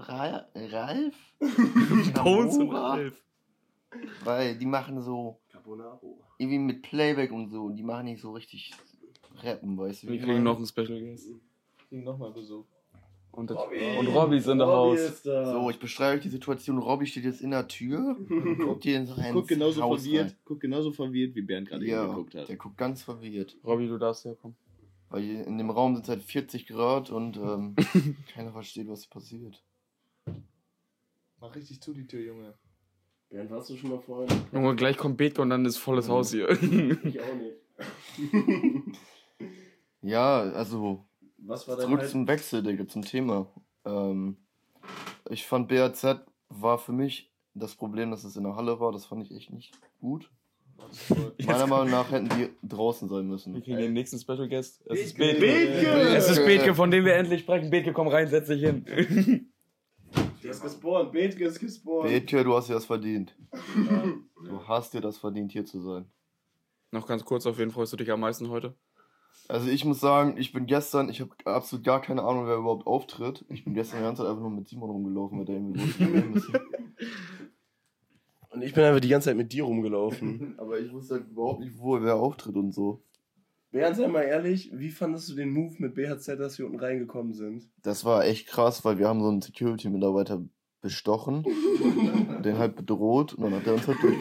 Bones und Namora. Ralf. Weil die machen so Carbonaro. irgendwie mit Playback und so. Die machen nicht so richtig rappen, weißt du? Wir wie kriegen ich noch einen Special Guest. kriegen nochmal Besuch. Und Robby ist in der Haus. Ist da. So, ich beschreibe euch die Situation. Robby steht jetzt in der Tür und guckt hier ins Guck genauso Haus verwirrt, rein. guck genauso verwirrt, wie Bernd gerade Ja, hingeguckt hat. der guckt ganz verwirrt. Robby, du darfst herkommen. Weil hier in dem Raum sind es halt 40 Grad und keiner versteht, was hier passiert. Mach richtig zu die Tür, Junge. Bernd, warst du schon mal vorhin? Junge, gleich kommt Bethke und dann ist volles Haus hier. Ich auch nicht. Ja, also Was war dein zurück Highlight? zum Wechsel, Digga, zum Thema. Ich fand BAZ war für mich das Problem, dass es in der Halle war. Das fand ich echt nicht gut. Meiner Meinung nach hätten die draußen sein Wir müssen. kriegen den nächsten Special Guest. Es ist Bethke. Bethke. Es ist Bethke, von dem wir endlich sprechen. Bethke, komm rein, setz dich hin. Der ist gespawnt. Bethke ist gespawnt. Bethke, du hast dir das verdient. Du hast dir das verdient, hier zu sein. Noch ganz kurz, auf wen freust du dich am meisten heute? Also ich muss sagen, ich habe absolut gar keine Ahnung, wer überhaupt auftritt. Ich bin gestern die ganze Zeit einfach nur mit Simon rumgelaufen, weil der irgendwie wusste. Und ich bin einfach die ganze Zeit mit dir rumgelaufen. Aber ich wusste halt überhaupt nicht, wer auftritt und so. Bernd, sei mal ehrlich, wie fandest du den Move mit BHZ, dass wir unten reingekommen sind? Das war echt krass, weil wir haben so einen Security-Mitarbeiter bestochen, den halt bedroht und dann hat er uns halt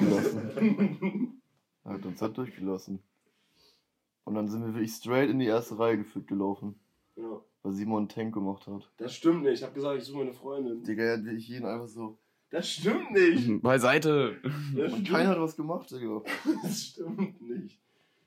durchgelassen. Und dann sind wir wirklich straight in die erste Reihe geführt gelaufen, Ja. weil Simon einen Tank gemacht hat. Das stimmt nicht. Ich habe gesagt, ich suche meine Freundin. Digga, er hat wirklich jeden einfach so... Das stimmt nicht. Beiseite. Das Und stimmt. keiner hat was gemacht, Digga. Das stimmt nicht.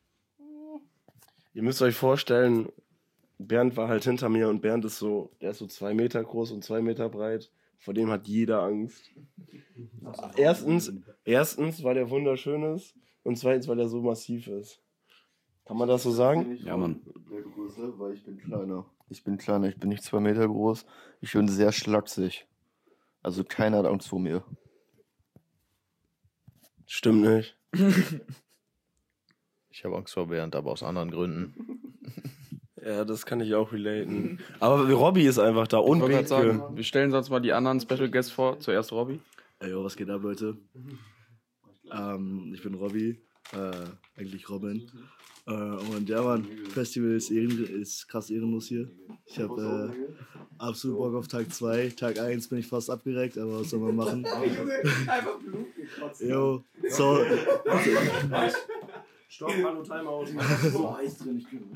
Ihr müsst euch vorstellen, Bernd war halt hinter mir und Bernd ist so, der ist so 2 Meter groß und 2 Meter breit. Vor dem hat jeder Angst. Erstens, weil der wunderschön ist und zweitens, weil er so massiv ist. Kann man das so sagen? Ja, Mann. Der Größe, weil ich bin kleiner. Ich bin nicht 2 Meter groß. Ich bin sehr schlaksig. Also keiner hat Angst vor mir. Stimmt nicht. Ich habe Angst vor Bernd, aber aus anderen Gründen. Ja, das kann ich auch relaten. Aber Robby ist einfach da und Ich wollte gerade Bethke. sagen, wir stellen uns mal die anderen Special Guests vor. Zuerst Robby. Ey, yo, was geht ab, Leute? Ich bin Robby, eigentlich Robin. Und ja, Mann, Festival ist krass ehrenlos hier. Ich habe absolut Bock auf Tag 2. Tag 1 bin ich fast abgereckt, aber was soll man machen? Einfach Blut gekotzt. Jo, so. Stopp, hallo, Timeout. So heiß drin, ich bin.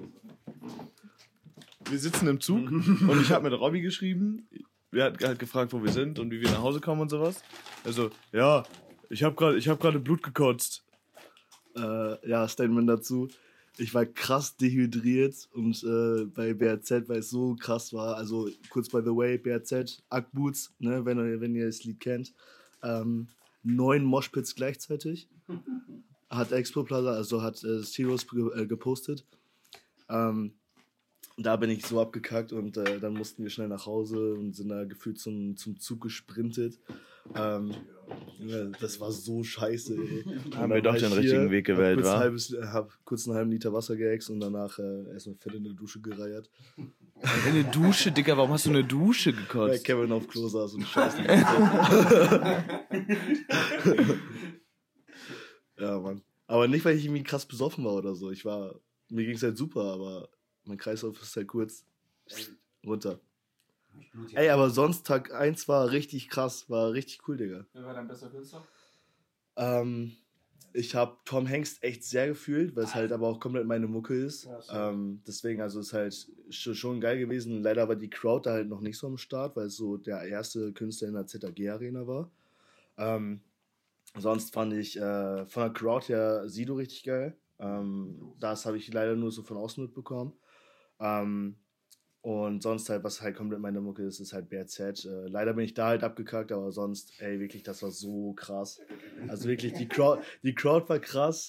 Wir sitzen im Zug und ich habe mit Robby geschrieben. Wir hat halt gefragt, wo wir sind und wie wir nach Hause kommen und sowas. Also, ja, ich habe gerade Blut gekotzt. Ja, Statement dazu. Ich war krass dehydriert und bei BRZ, weil es so krass war, also kurz by the way, BRZ, Ackboots, ne, wenn ihr das Lied kennt, 9 Moshpits gleichzeitig, hat Expo Plaza, also hat Heroes gepostet. Da bin ich so abgekackt und dann mussten wir schnell nach Hause und sind da gefühlt zum Zug gesprintet. Ja, das war so scheiße, ey. Haben wir doch den richtigen Weg gewählt, wa? Hab kurz einen halben Liter Wasser geäxt und danach erstmal fett in der Dusche gereiert. Eine Dusche, Digga, warum hast du eine Dusche Weil gekotzt? Kevin auf Klo saß und scheiße. Ja, Mann. Aber nicht, weil ich irgendwie krass besoffen war oder so. Mir ging's halt super, aber mein Kreislauf ist halt kurz runter. Ey, aber sonst Tag 1 war richtig krass, war richtig cool, Digga. Wer war dein bester Künstler? Ich habe Tom Hanks echt sehr gefühlt, weil es halt aber auch komplett meine Mucke ist. Deswegen, also ist halt schon geil gewesen. Leider war die Crowd da halt noch nicht so am Start, weil es so der erste Künstler in der ZAG-Arena war. Sonst fand ich von der Crowd her Sido richtig geil. Das habe ich leider nur so von außen mitbekommen. Und sonst halt, was halt komplett meine Mucke ist, ist halt BRZ. Leider bin ich da halt abgekackt, aber sonst, ey, wirklich, das war so krass. Also wirklich, die Crowd war krass.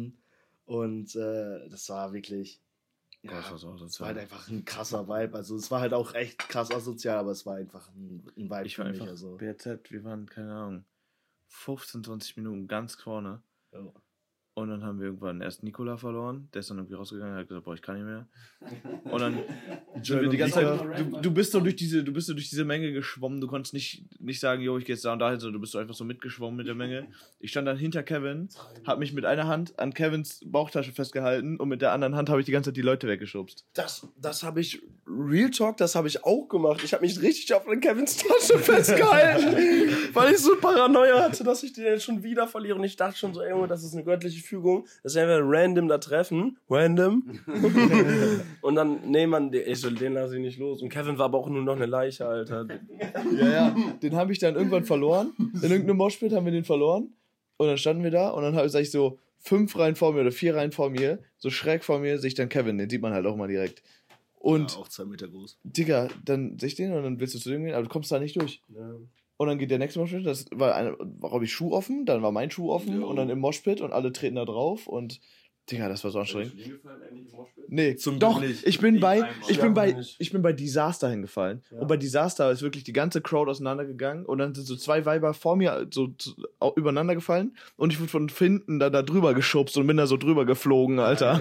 Das war wirklich, ja, es war halt einfach ein krasser Vibe. Also es war halt auch echt krass asozial, aber es war einfach ein Vibe Ich war für mich. einfach Also. BRZ, wir waren, keine Ahnung, 15, 20 Minuten ganz vorne. Ja. Und dann haben wir irgendwann erst Nikola verloren. Der ist dann irgendwie rausgegangen und hat gesagt, boah, ich kann nicht mehr. Und dann sind wir die ganze Zeit, du bist so durch diese Menge geschwommen. Du konntest nicht sagen, jo, ich gehe jetzt da und dahin, sondern du bist so einfach so mitgeschwommen mit der Menge. Ich stand dann hinter Kevin, habe mich mit einer Hand an Kevins Bauchtasche festgehalten und mit der anderen Hand habe ich die ganze Zeit die Leute weggeschubst. Das habe ich, Real Talk, das habe ich auch gemacht. Ich habe mich richtig auf Kevins Tasche festgehalten, weil ich so Paranoia hatte, dass ich den jetzt schon wieder verliere. Und ich dachte schon so, ey, Junge, das ist eine göttliche Fügung. Das ist einfach random da treffen. Random. Und dann, nee, Mann, den lasse ich nicht los. Und Kevin war aber auch nur noch eine Leiche, Alter. Ja, den habe ich dann irgendwann verloren. In irgendeinem Moshpit haben wir den verloren. Und dann standen wir da und dann sag ich so 5 Reihen vor mir oder 4 Reihen vor mir, so schräg vor mir, sehe ich dann Kevin. Den sieht man halt auch mal direkt. Und Ja, auch 2 Meter groß. Digga, dann sehe ich den und dann willst du zu dem gehen, aber du kommst da nicht durch. Ja. Und dann geht der nächste Moshpit, das war Robbys Schuh offen, dann war mein Schuh offen und dann im Moshpit und alle treten da drauf und Digga, das war so anstrengend. Nee, doch, nicht. ich bin bei nicht. Disaster hingefallen. Und bei Disaster ist wirklich die ganze Crowd auseinandergegangen und dann sind so 2 Weiber vor mir übereinander gefallen und ich wurde von hinten da drüber geschubst und bin da so drüber geflogen, Alter.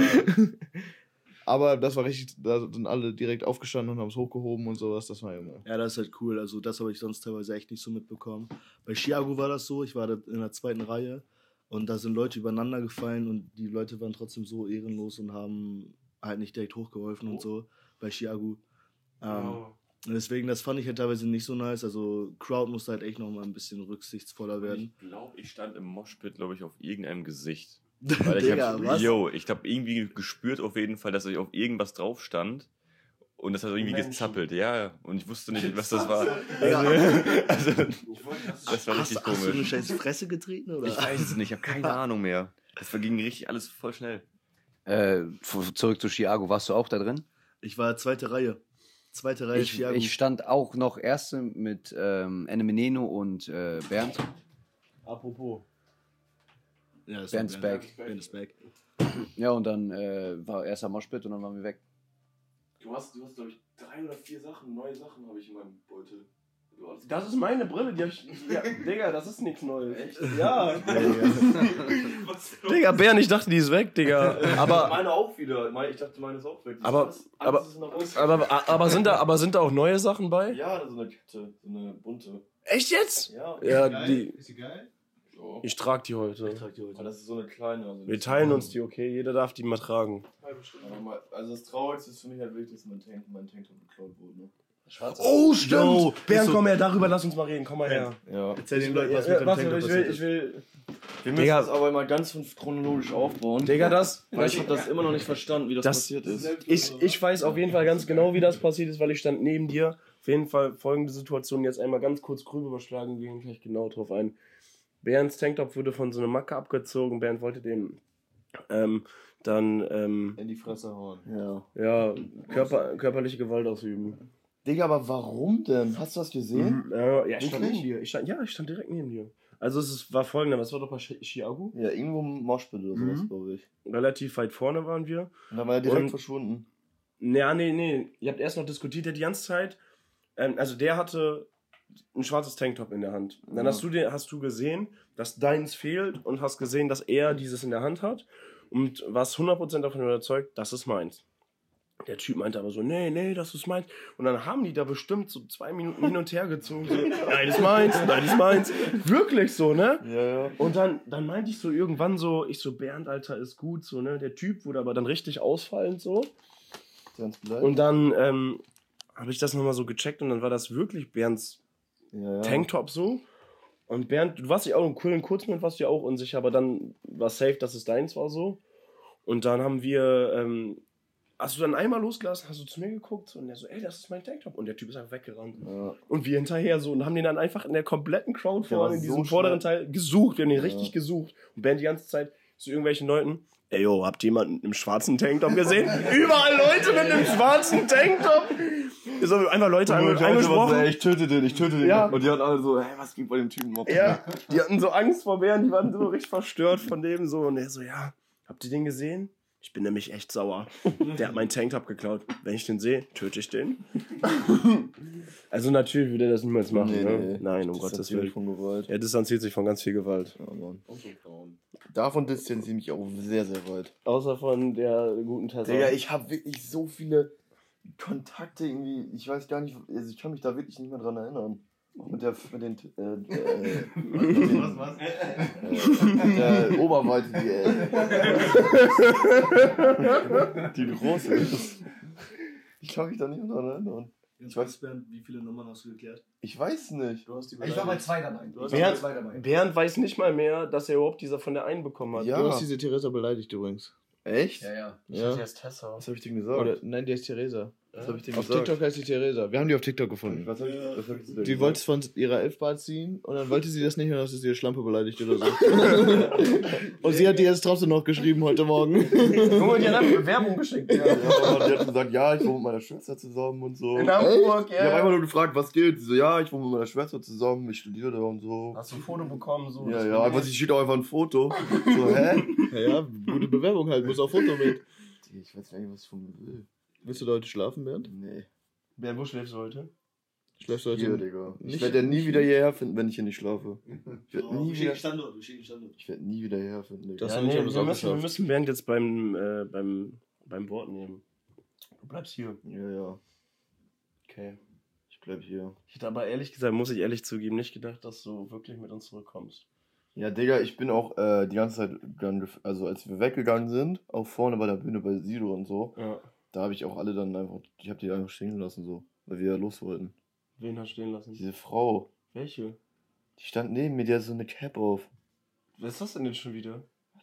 Aber das war richtig, da sind alle direkt aufgestanden und haben es hochgehoben und sowas, das war immer. Ja, das ist halt cool. Also das habe ich sonst teilweise echt nicht so mitbekommen. Bei Chiago war das so, ich war da in der 2. Reihe und da sind Leute übereinander gefallen und die Leute waren trotzdem so ehrenlos und haben halt nicht direkt hochgeholfen und so bei Chiago. Deswegen, das fand ich halt teilweise nicht so nice. Also Crowd musste halt echt nochmal ein bisschen rücksichtsvoller werden. Ich glaube, ich stand im Moshpit, glaube ich, auf irgendeinem Gesicht. Weil ich Digga, was? habe irgendwie gespürt auf jeden Fall, dass ich auf irgendwas drauf stand. Und das hat irgendwie gezappelt, ja. Und ich wusste nicht, was das war. Also, das war richtig Hast du eine komisch. scheiß Fresse getreten? Oder? Ich weiß es nicht, ich habe keine Ahnung mehr. Das ging richtig alles voll schnell. Zurück zu Chiago, warst du auch da drin? Ich war 2. Reihe. 2. Reihe Chiago. Ich stand auch noch erste mit Enemeneno und Bernd. Apropos. Ja, das Bernd's war back. Bernd ist back. Ja, und dann war erster Moshpit und dann waren wir weg. Du hast glaube ich, 3 oder 4 neue Sachen habe ich in meinem Beutel. Das ist meine Brille, die hab ich. Ja, Digga, das ist nichts Neues. Echt? Ja. Digga, Bernd, ich dachte, die ist weg, Digga. Aber. Meine auch wieder. Ich dachte, meine ist auch weg. Aber sind da auch neue Sachen bei? Ja, so eine Kette, so eine bunte. Echt jetzt? Ja. Ja, Ist sie geil? ich trage die heute. Aber das ist so eine kleine. Also Wir teilen uns die, okay? Jeder darf die mal tragen. Also das Traurigste ist für mich halt wirklich, dass mein Tanktop geklaut wurde. Ne? Oh, stimmt! Yo, Bernd, so- komm her, darüber lass uns mal reden. Komm mal her. Ja. Erzähl den Leuten, was mit dem Tank passiert ist. Wir müssen Digga. das aber mal ganz chronologisch aufbauen. Digga, Weil ich habe das immer noch nicht verstanden, wie das passiert ist. Ich weiß auf jeden Fall ganz genau, wie das passiert ist, weil ich stand neben dir. Auf jeden Fall folgende Situation jetzt einmal ganz kurz grob überschlagen, wir gehen gleich genau drauf ein. Bernds Tanktop wurde von so einer Macke abgezogen. Bernd wollte den In die Fresse hauen. ja, körperliche Gewalt ausüben. Digga, aber warum denn? Hast du das gesehen? Ja, ich stand Wirklich? neben dir. Ich stand direkt neben dir. Also war folgendermaßen, was war doch bei Chiago? Ja, irgendwo im Moshpit oder sowas, glaube ich. Relativ weit vorne waren wir. Und dann war er direkt Und- verschwunden. Ja, nee. Ihr habt erst noch diskutiert, der die ganze Zeit. Also der hatte ein schwarzes Tanktop in der Hand. Und dann hast du gesehen, dass deins fehlt und hast gesehen, dass er dieses in der Hand hat und warst 100% davon überzeugt, das ist meins. Der Typ meinte aber so, nee, das ist meins. Und dann haben die da bestimmt so 2 Minuten hin und her gezogen. So, nein, ist meins. Wirklich so, ne? Ja. Und dann meinte ich so irgendwann so, Bernd, Alter, ist gut, so, ne? Der Typ wurde aber dann richtig ausfallend so. Ganz bleibt. Und dann habe ich das nochmal so gecheckt und dann war das wirklich Bernds Ja. Tanktop so. Und Bernd, du warst ja auch im coolen Kurzmoment, warst du ja auch unsicher, aber dann war safe, dass es deins war so. Und dann haben wir, hast du dann einmal losgelassen, hast du zu mir geguckt und der so, ey, das ist mein Tanktop. Und der Typ ist einfach weggerannt. Ja. Und wir hinterher so und haben den dann einfach in der kompletten Crowd vorne, in diesem vorderen Teil gesucht. Wir haben den richtig gesucht. Und Bernd die ganze Zeit zu irgendwelchen Leuten, ey, yo, habt ihr jemanden im schwarzen Tanktop gesehen? Überall Leute mit einem schwarzen Tanktop. Ist aber einfach Leute angesprochen. So, ey, ich töte den. Ja. Und die hatten alle so, hey, was geht bei dem Typen ab? Ja, die hatten so Angst vor Bären, die waren so richtig verstört von dem so. Und er so, ja, habt ihr den gesehen? Ich bin nämlich echt sauer. Der hat meinen Tanktop geklaut. Wenn ich den sehe, töte ich den. Also natürlich würde er das niemals machen. Nee, ne? nee. Nein, um Gottes Willen. Von Gewalt. Er distanziert sich von ganz viel Gewalt. Ja, Mann. Davon distanziere ich mich auch sehr, sehr weit. Außer von der guten Tessa. Digga, ich habe wirklich so viele Kontakte irgendwie, ich weiß gar nicht, also ich kann mich da wirklich nicht mehr dran erinnern. Auch mit den was? Der Oberweite, die große ist. Ich kann mich da nicht mehr dran erinnern. Ich weiß, Bernd, wie viele Nummern hast du geklärt? Ich weiß nicht. Du hast die Ich war bei 2 dabei. Bernd weiß nicht mal mehr, dass er überhaupt dieser von der einen bekommen hat. Ja. Du hast diese Theresa beleidigt übrigens. Echt? Ja. Ja. Die heißt Tessa. Was habe ich denn gesagt? Oder, nein, die heißt Theresa. Was habe ich denn Auf gesagt? TikTok heißt die Theresa. Wir haben die auf TikTok gefunden. Was hab ich zu der Die gesagt? wollte es von ihrer Elfbar ziehen und dann wollte sie das nicht mehr, dass sie ihre Schlampe beleidigt oder so. Und sie hat die jetzt trotzdem noch geschrieben heute Morgen. Junge, die hat einfach Bewerbung geschickt. Ja, und die hat gesagt, ja, ich wohne mit meiner Schwester zusammen und so. In Hamburg, Ich habe einfach nur gefragt, was geht. Die so, ja, ich wohne mit meiner Schwester zusammen, ich studiere da und so. Hast du ein Foto bekommen? So, Ja, einfach, sie schickt auch einfach ein Foto. So, hä? Ja, gute Bewerbung halt, muss auch Foto mit. Ich weiß gar nicht, was ich von mir will. Willst du da heute schlafen, Bernd? Nee. Bernd, wo schläfst du heute? Schläfst du heute? Hier, Digga. Ich Nicht- werde ja nie wieder hierher finden, wenn ich hier nicht schlafe. Ich werde nie wieder. Standort. Ich werde nie wieder hierher finden, Digga. Das Ja, hab ich nee, aber wir auch müssen geschafft. Bernd jetzt beim Wort nehmen. Du bleibst hier. Ja. Okay. Ich bleib hier. Ich hätte aber ehrlich gesagt, muss ich ehrlich zugeben, nicht gedacht, dass du wirklich mit uns zurückkommst. Ja, Digga, ich bin auch die ganze Zeit, also als wir weggegangen sind, auch vorne bei der Bühne bei Sido und so, Ja. da habe ich auch alle dann einfach, ich habe die einfach stehen lassen, so, weil wir ja los wollten. Wen hast du stehen lassen? Diese Frau, Welche? die stand neben mir, die hat so eine Cap auf. Was ist das denn jetzt schon wieder?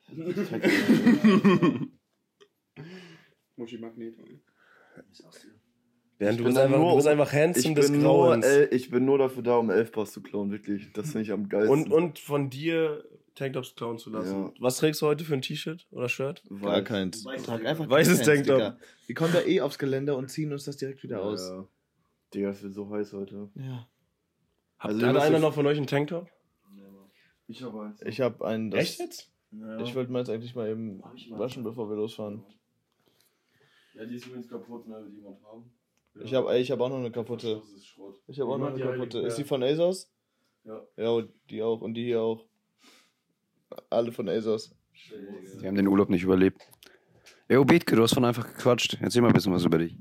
Muschi Magnet. Bernd, Ich bin dann nur- du bist einfach handsome des Grauens. Ich bin nur dafür da, um Elfpass zu klauen, wirklich. Das finde ich am geilsten. Und von dir Tanktops klauen zu lassen. Ja. Was trägst du heute für ein T-Shirt oder Shirt? Gar keins. Trag einfach Weißes keins, Tanktop. Digga. Wir kommen da eh aufs Geländer und ziehen uns das direkt wieder aus. Ja. Digga, es wird so heiß heute. Ja. Hat Also, einer noch von euch einen Tanktop? Ich habe eins. Ich habe einen. Das, Echt jetzt? Ja. Ich wollte meins eigentlich mal eben waschen, bevor wir losfahren. Ja, die ist übrigens kaputt, ne? Will jemand haben? Ich hab auch noch eine kaputte. Das ist Schrott. Ich habe auch noch eine Jemand, die kaputte. eigentlich- Ist die von ASOS? Ja. Ja, und die auch. Und die hier auch. Alle von ASOS. Die haben den Urlaub nicht überlebt. Ey, Bethke, du hast von einfach gequatscht. Erzähl mal ein bisschen was über dich.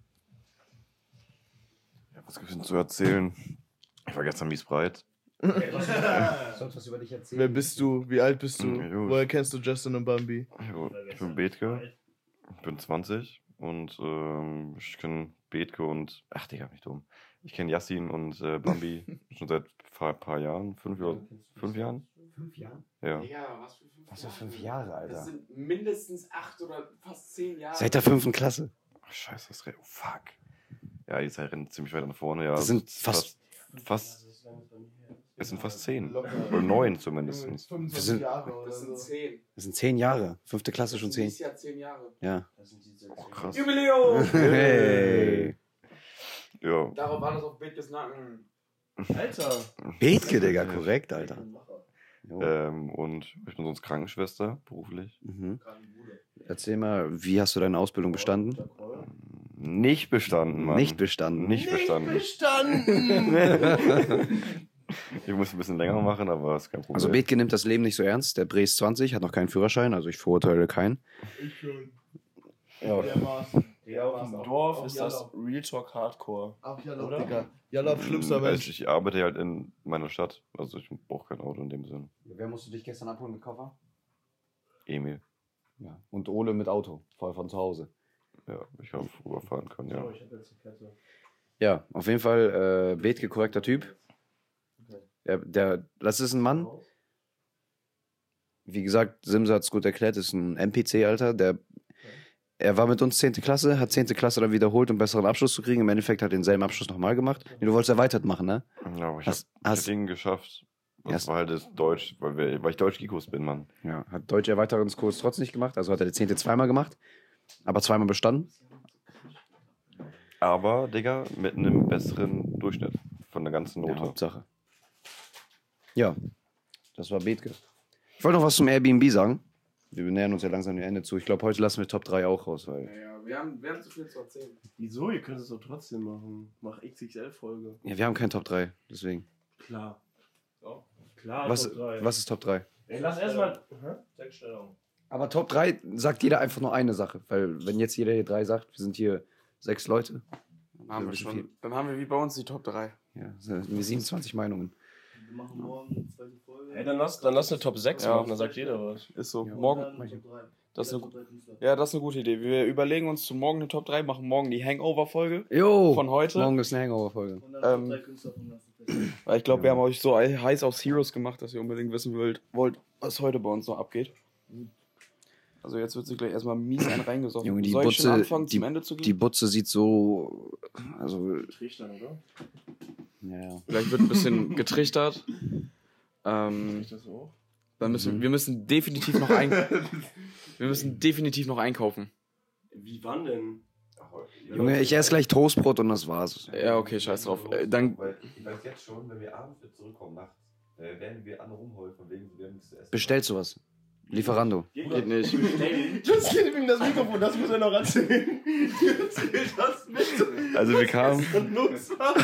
Ja, was gibt es denn zu erzählen? Ich war gestern mies breit. Sonst was über dich erzählen? Wer bist du? Wie alt bist du? Jo. Woher kennst du Justin und Bambi? Ich bin Bethke, ich bin 20 und ich kenne Bethke und, ach Digga, mich dumm. Ich kenne Yassin und Bambi schon seit paar Jahren, 5 Jahren. 5 Jahre? Ja. Ja, was für 5 Jahre, Das sind mindestens 8 oder fast 10 Jahre. Seit der 5. Klasse. Ach, scheiße, das rennt, oh fuck. Ja, die Zeit rennt ziemlich weit nach vorne, ja. Das sind fast es sind fast 10. Oder 9 zumindest. Wir sind, Das sind 10. das sind 10 Jahre. 5. Klasse schon 10. Dieses Jahr 10 Jahre. Ja. Oh, krass. Jubiläum! Hey. Ja. Darauf war das auf Bethkes Nacken. Alter. Bethke, Digga, korrekt, Alter. Jo. Und ich bin sonst Krankenschwester, beruflich. Mhm. Erzähl mal, wie hast du deine Ausbildung bestanden? Nicht bestanden, Mann. Nicht bestanden. Nicht bestanden. Ich muss ein bisschen länger machen, aber ist kein Problem. Also Bethke nimmt das Leben nicht so ernst. Der Bre ist 20, hat noch keinen Führerschein, also ich verurteile keinen. Ja, auf dem Dorf ist das Real Talk Hardcore. Ach, ja, Oder? Digga. Jalla, schlimmster Also Mensch. ich arbeite halt in meiner Stadt, also ich brauche kein Auto in dem Sinn. Wer musste dich gestern abholen mit Koffer? Emil. Ja. Und Ole mit Auto, voll von zu Hause. Ja, ich habe rüberfahren können, ja. Ja, auf jeden Fall Bethke, korrekter Typ. Das ist ein Mann. Wie gesagt, Simse hat es gut erklärt, ist ein NPC, Alter. Er war mit uns 10. Klasse, hat 10. Klasse dann wiederholt, um besseren Abschluss zu kriegen. Im Endeffekt hat er denselben Abschluss nochmal gemacht. Du wolltest erweitert machen, ne? Ja, aber ich hab den geschafft. Das war halt das Deutsch, weil ich Deutsch-Gikos bin, Mann. Ja, hat Deutsch-Erweiterungskurs trotzdem nicht gemacht. Also hat er die 10. zweimal gemacht, aber zweimal bestanden. Aber, Digga, mit einem besseren Durchschnitt von der ganzen Note. Ja, Hauptsache. Ja, das war Bethke. Ich wollte noch was zum Airbnb sagen. Wir nähern uns ja langsam dem Ende zu. Ich glaube, heute lassen wir Top 3 auch raus. Weil wir haben zu viel zu erzählen. Wieso? Ihr könnt es doch trotzdem machen. Mach XXL-Folge. ja, wir haben kein Top 3, deswegen. Klar. So. Klar, Was, Top 3. was ist Top 3? Ey, lass erstmal. Sechsstellung. Aber Top 3 sagt jeder einfach nur eine Sache. Weil wenn jetzt jeder hier 3 sagt, wir sind hier 6 Leute. Dann haben wir bisschen schon. viel. Dann haben wir wie bei uns die Top 3. Ja, sind wir 27 Meinungen. Wir machen morgen eine zweite Folge. Ey, dann lass eine Top 6 Ja. machen, dann sagt jeder was. Ist so. Ja. Morgen. Top 3. Das ist eine, Top 3 Künstler. ja, das ist eine gute Idee. Wir überlegen uns zu morgen eine Top 3, machen morgen die Hangover-Folge Jo! von heute. Morgen ist eine Hangover-Folge. Und dann Top 3 Künstler vom ganzen Festival. Weil ich glaube, wir haben euch so heiß aufs Heroes gemacht, dass ihr unbedingt wissen wollt, was heute bei uns noch abgeht. Also jetzt wird sich gleich erstmal mies einen reingesoffen. Junge, die Soll ich schon Butze, anfangen, zum Ende zu gehen? die Butze sieht so. Also. Trichtern, oder? Ja. Vielleicht wird ein bisschen getrichtert. Ist das so? Wir müssen definitiv noch einkaufen. Wie wann denn? Junge, ich esse gleich Toastbrot und das war's. Ja, okay, scheiß drauf. Dann Weil ich weiß jetzt schon, wenn wir abends wieder zurückkommen, nachts, werden wir alle rumholen, von wegen, wir haben nichts zu essen. Bestellst du was? Lieferando. geht nicht. Jetzt geht ihm das Mikrofon, das muss er noch erzählen. Erzähl das mit. Also wir kamen. Und los war.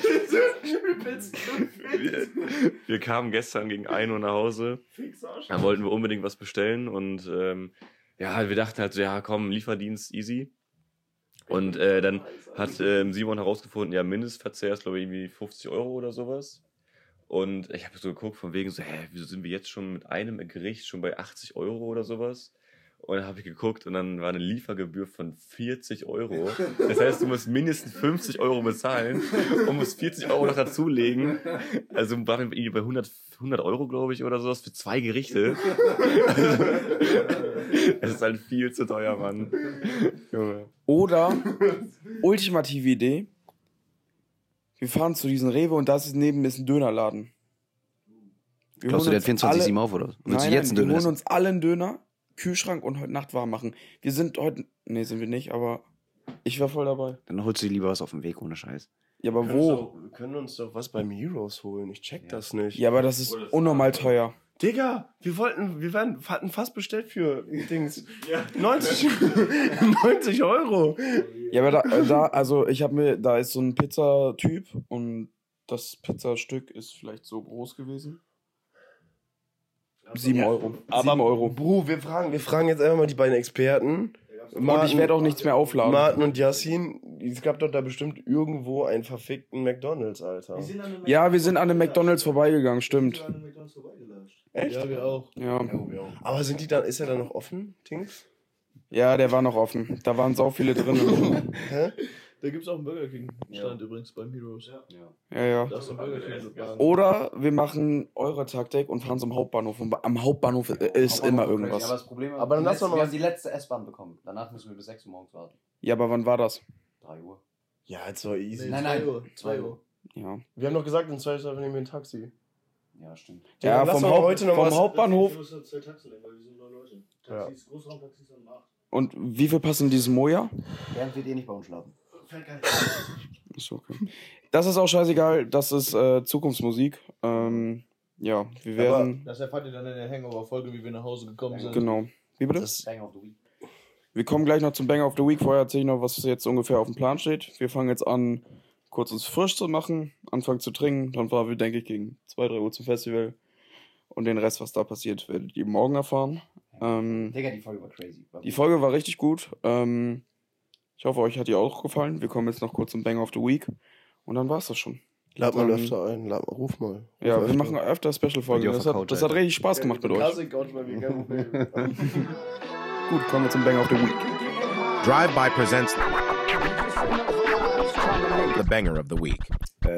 Wir kamen gestern gegen 1 Uhr nach Hause. Da wollten wir unbedingt was bestellen und ja, wir dachten halt so, ja komm, Lieferdienst easy. Und dann hat Simon herausgefunden, ja, Mindestverzehr ist glaube ich irgendwie 50 € oder sowas. Und ich habe so geguckt von wegen so, wieso sind wir jetzt schon mit einem Gericht schon bei 80 € oder sowas? Und dann habe ich geguckt und dann war eine Liefergebühr von 40 €. Das heißt, du musst mindestens 50 € bezahlen und musst 40 € noch dazulegen. Also waren wir irgendwie bei 100 €, glaube ich, oder sowas für 2 Gerichte. Es ist halt viel zu teuer, Mann. Junge. Oder, ultimative Idee, wir fahren zu diesem Rewe und neben ist ein Dönerladen. Wir Glaubst du, holen der hat uns 24/7 auf, oder? Willst du Nein, jetzt einen wir Döner holen essen? uns alle einen Döner, Kühlschrank und heute Nacht warm machen. Wir sind heute... Nee, sind wir nicht, aber ich war voll dabei. Dann holst du dir lieber was auf dem Weg, ohne Scheiß. Ja, aber wo? Wir können uns doch was beim Heroes holen. Ich check das nicht. Ja, aber das ist unnormal teuer. Digga, wir hatten fast bestellt für Dings. 90 €. Ja, aber da ist so ein Pizzatyp und das Pizzastück ist vielleicht so groß gewesen. 7 €. Aber 7 €. Bro, wir fragen jetzt einfach mal die beiden Experten. Und ich werde auch nichts mehr aufladen. Martin und Yassin, es gab doch da bestimmt irgendwo einen verfickten McDonalds, Alter. Ja, wir sind an dem McDonald's vorbeigegangen, stimmt. Echt? Ja, wir auch. Ja. Aber ist er dann noch offen, Dings? Ja, der war noch offen. Da waren sau viele drin. Hä? Da gibt's auch einen Burger King Stand übrigens beim Heroes. Ja. Da ist ein Burger King sogar. Oder wir machen eure Taktik und fahren zum Hauptbahnhof. Und am Hauptbahnhof ist immer irgendwas. Aber das Problem ist, Aber dann lass doch mal wir was- haben die letzte S-Bahn bekommen. Danach müssen wir bis 6 Uhr morgens warten. Ja, aber wann war das? 3 Uhr. Ja, jetzt so easy. Nein, 2 Uhr. 2 Uhr. Ja. Wir haben doch gesagt, in 2 Stunden nehmen wir ein Taxi. Ja, stimmt. Ja, Ja, lass vom, doch heute noch vom was- Hauptbahnhof. Wir müssen 2 Taxi nehmen, weil wir sind 9 Leute. Ja. Taxis, Großraumtaxis sind 8. Und wie viel passen in dieses Moja? Bernd wird nicht bei uns schlafen. Fällt gar nicht. Ist okay. Das ist auch scheißegal. Das ist Zukunftsmusik. Ja, wir werden. Das erfahrt ihr dann in der Hangover-Folge, wie wir nach Hause gekommen sind. Genau. Wie bitte? Bang of the Week. Wir kommen gleich noch zum Banger of the Week. Vorher erzähle ich noch, was jetzt ungefähr auf dem Plan steht. Wir fangen jetzt an, kurz uns frisch zu machen, anfangen zu trinken. Dann fahren wir, denke ich, gegen 2, 3 Uhr zum Festival. Und den Rest, was da passiert, werdet ihr morgen erfahren. Digga, die Folge war crazy. Die Folge war richtig gut. Ich hoffe, euch hat die auch gefallen. Wir kommen jetzt noch kurz zum Banger of the Week. Und dann war's das schon. Lad mal Dann- öfter ein, ruf mal. Ja, Ruf wir öfter. machen öfter Special-Folgen. Bei dir auf Das der hat, Couch, das hat Alter. richtig Spaß gemacht mit euch. Couch bei mir, kein Problem. Gut, kommen wir zum Banger of the Week. Drive-By presents the Banger of the Week.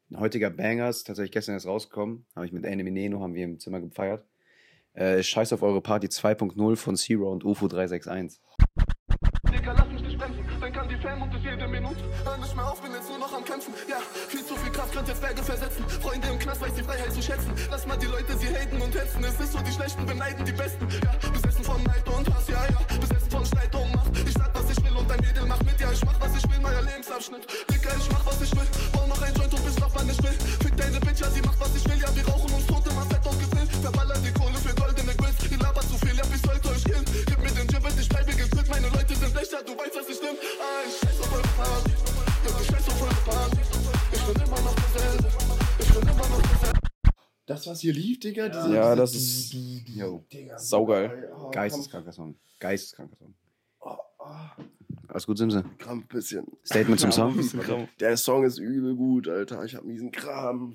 Ein heutiger Banger ist tatsächlich gestern erst rausgekommen. Habe ich mit Enemy Neno, haben wir im Zimmer gefeiert. Scheiß auf eure Party 2.0 von Zero und UFO 361. Digga, lass mich nicht bremsen, dann kann die Fam und das jede Minute. Hör nicht mehr auf, bin jetzt nur noch am Kämpfen. Ja, viel zu viel Kraft, könnt jetzt Berge versetzen. Freunde im Knast, weiß die Freiheit zu schätzen. Lass mal die Leute sie haten und hetzen. Es ist so, die Schlechten beneiden die Besten. Ja, besessen von Neid und Hass, ja, ja. Besessen von Streit und Macht. Ich sag, was ich will und dein Mädel macht mit. Ja, ich mach, was ich will, neuer Lebensabschnitt. Digga, ich mach, was ich will. Bau noch ein Joint und bis noch, wann ich will. Fick deine Bitch, ja, sie macht, was ich will. Ja, wir rauchen uns tot, immer fett und gefilmt. Verballert die Kohle für goldene Grills. Ihr labert zu viel, ja, ich sollte euch killen. Gib mir den Gibbet, ich bleibe gekillt. Meine Leute sind Lächer, du weißt, was ich stimmt. Ich scheiß auf eure Party. Ja, ich scheiß auf eure Party. Ich bin immer noch derselbe. Ich bin immer noch derselbe. Das, was hier lief, Digga? Ja, das ist Yo. saugeil. Geisteskranker Song. Geisteskranker Song. Alles gut, Simse? Krampf ein bisschen. Statement zum Song? Der Song ist übel gut, Alter. Ich hab miesen Krampf.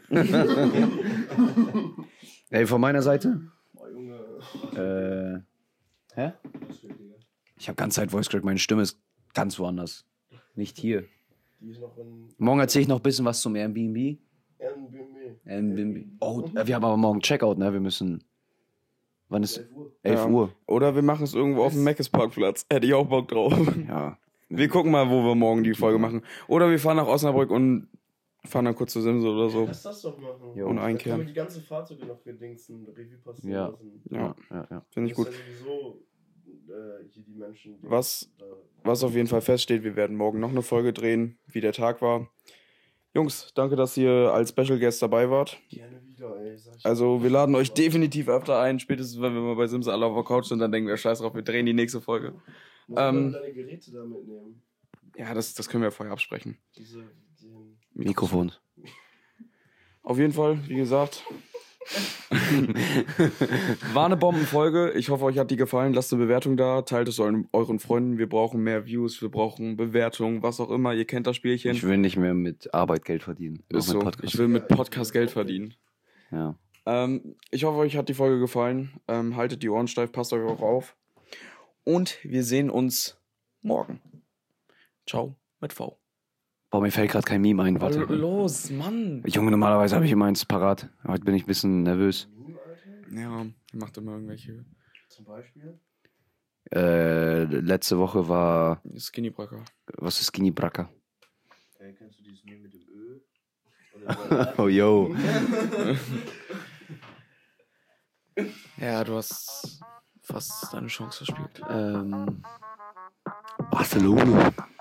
Ey, von meiner Seite? Oh, Junge. Hä? Ich habe ganze Zeit Voice Crack, meine Stimme ist ganz woanders. Nicht hier. Die ist noch in Morgen erzähle ich noch ein bisschen was zum Airbnb. Airbnb. Oh, wir haben aber morgen Checkout, ne? Wir müssen. Wann ist 11 Uhr. 11 Ja. Uhr? Oder wir machen es irgendwo auf dem Meckes Parkplatz. Hätte ich auch Bock drauf. Ja. Wir gucken mal, wo wir morgen die Folge machen. Oder wir fahren nach Osnabrück und fahren dann kurz zu Simse oder so. Lass das doch machen. Jo. Und Dann können wir einkehren. die ganze Fahrzeuge noch gedingsen, Revue passieren Ja. lassen. Ja, Ja. finde ich gut. Das ist ja sowieso hier die Menschen. Die Was da- Was auf jeden Fall feststeht, wir werden morgen noch eine Folge drehen, wie der Tag war. Jungs, danke, dass ihr als Special Guest dabei wart. Gerne wieder, ey. Sag ich Also dir. wir laden euch definitiv öfter ein, spätestens wenn wir mal bei Sims alle auf der Couch sind, dann denken wir, scheiß drauf, wir drehen die nächste Folge. Muss man deine Geräte da mitnehmen. Ja, das können wir vorher absprechen. Den Mikrofon. Auf jeden Fall, wie gesagt, war eine Bombenfolge. Ich hoffe, euch hat die gefallen. Lasst eine Bewertung da, teilt es euren Freunden. Wir brauchen mehr Views, wir brauchen Bewertungen, was auch immer. Ihr kennt das Spielchen. Ich will nicht mehr mit Arbeit Geld verdienen. Ist Auch mit so. Podcast. Ich will mit Podcast Geld verdienen. Ja. Ich hoffe, euch hat die Folge gefallen. Haltet die Ohren steif, passt euch auch auf. Und wir sehen uns morgen. Ciao mit V. Boah, mir fällt gerade kein Meme ein. Warte. Los, Mann. Junge, normalerweise habe ich immer eins parat. Heute bin ich ein bisschen nervös. Ja, ihr macht immer irgendwelche Zum Beispiel? Letzte Woche war. Skinny Bracker. Was ist Skinny Bracker? Kennst du dieses Meme mit dem Öl? Oh, yo. Ja, du hast fast deine Chance verspielt. Barcelona.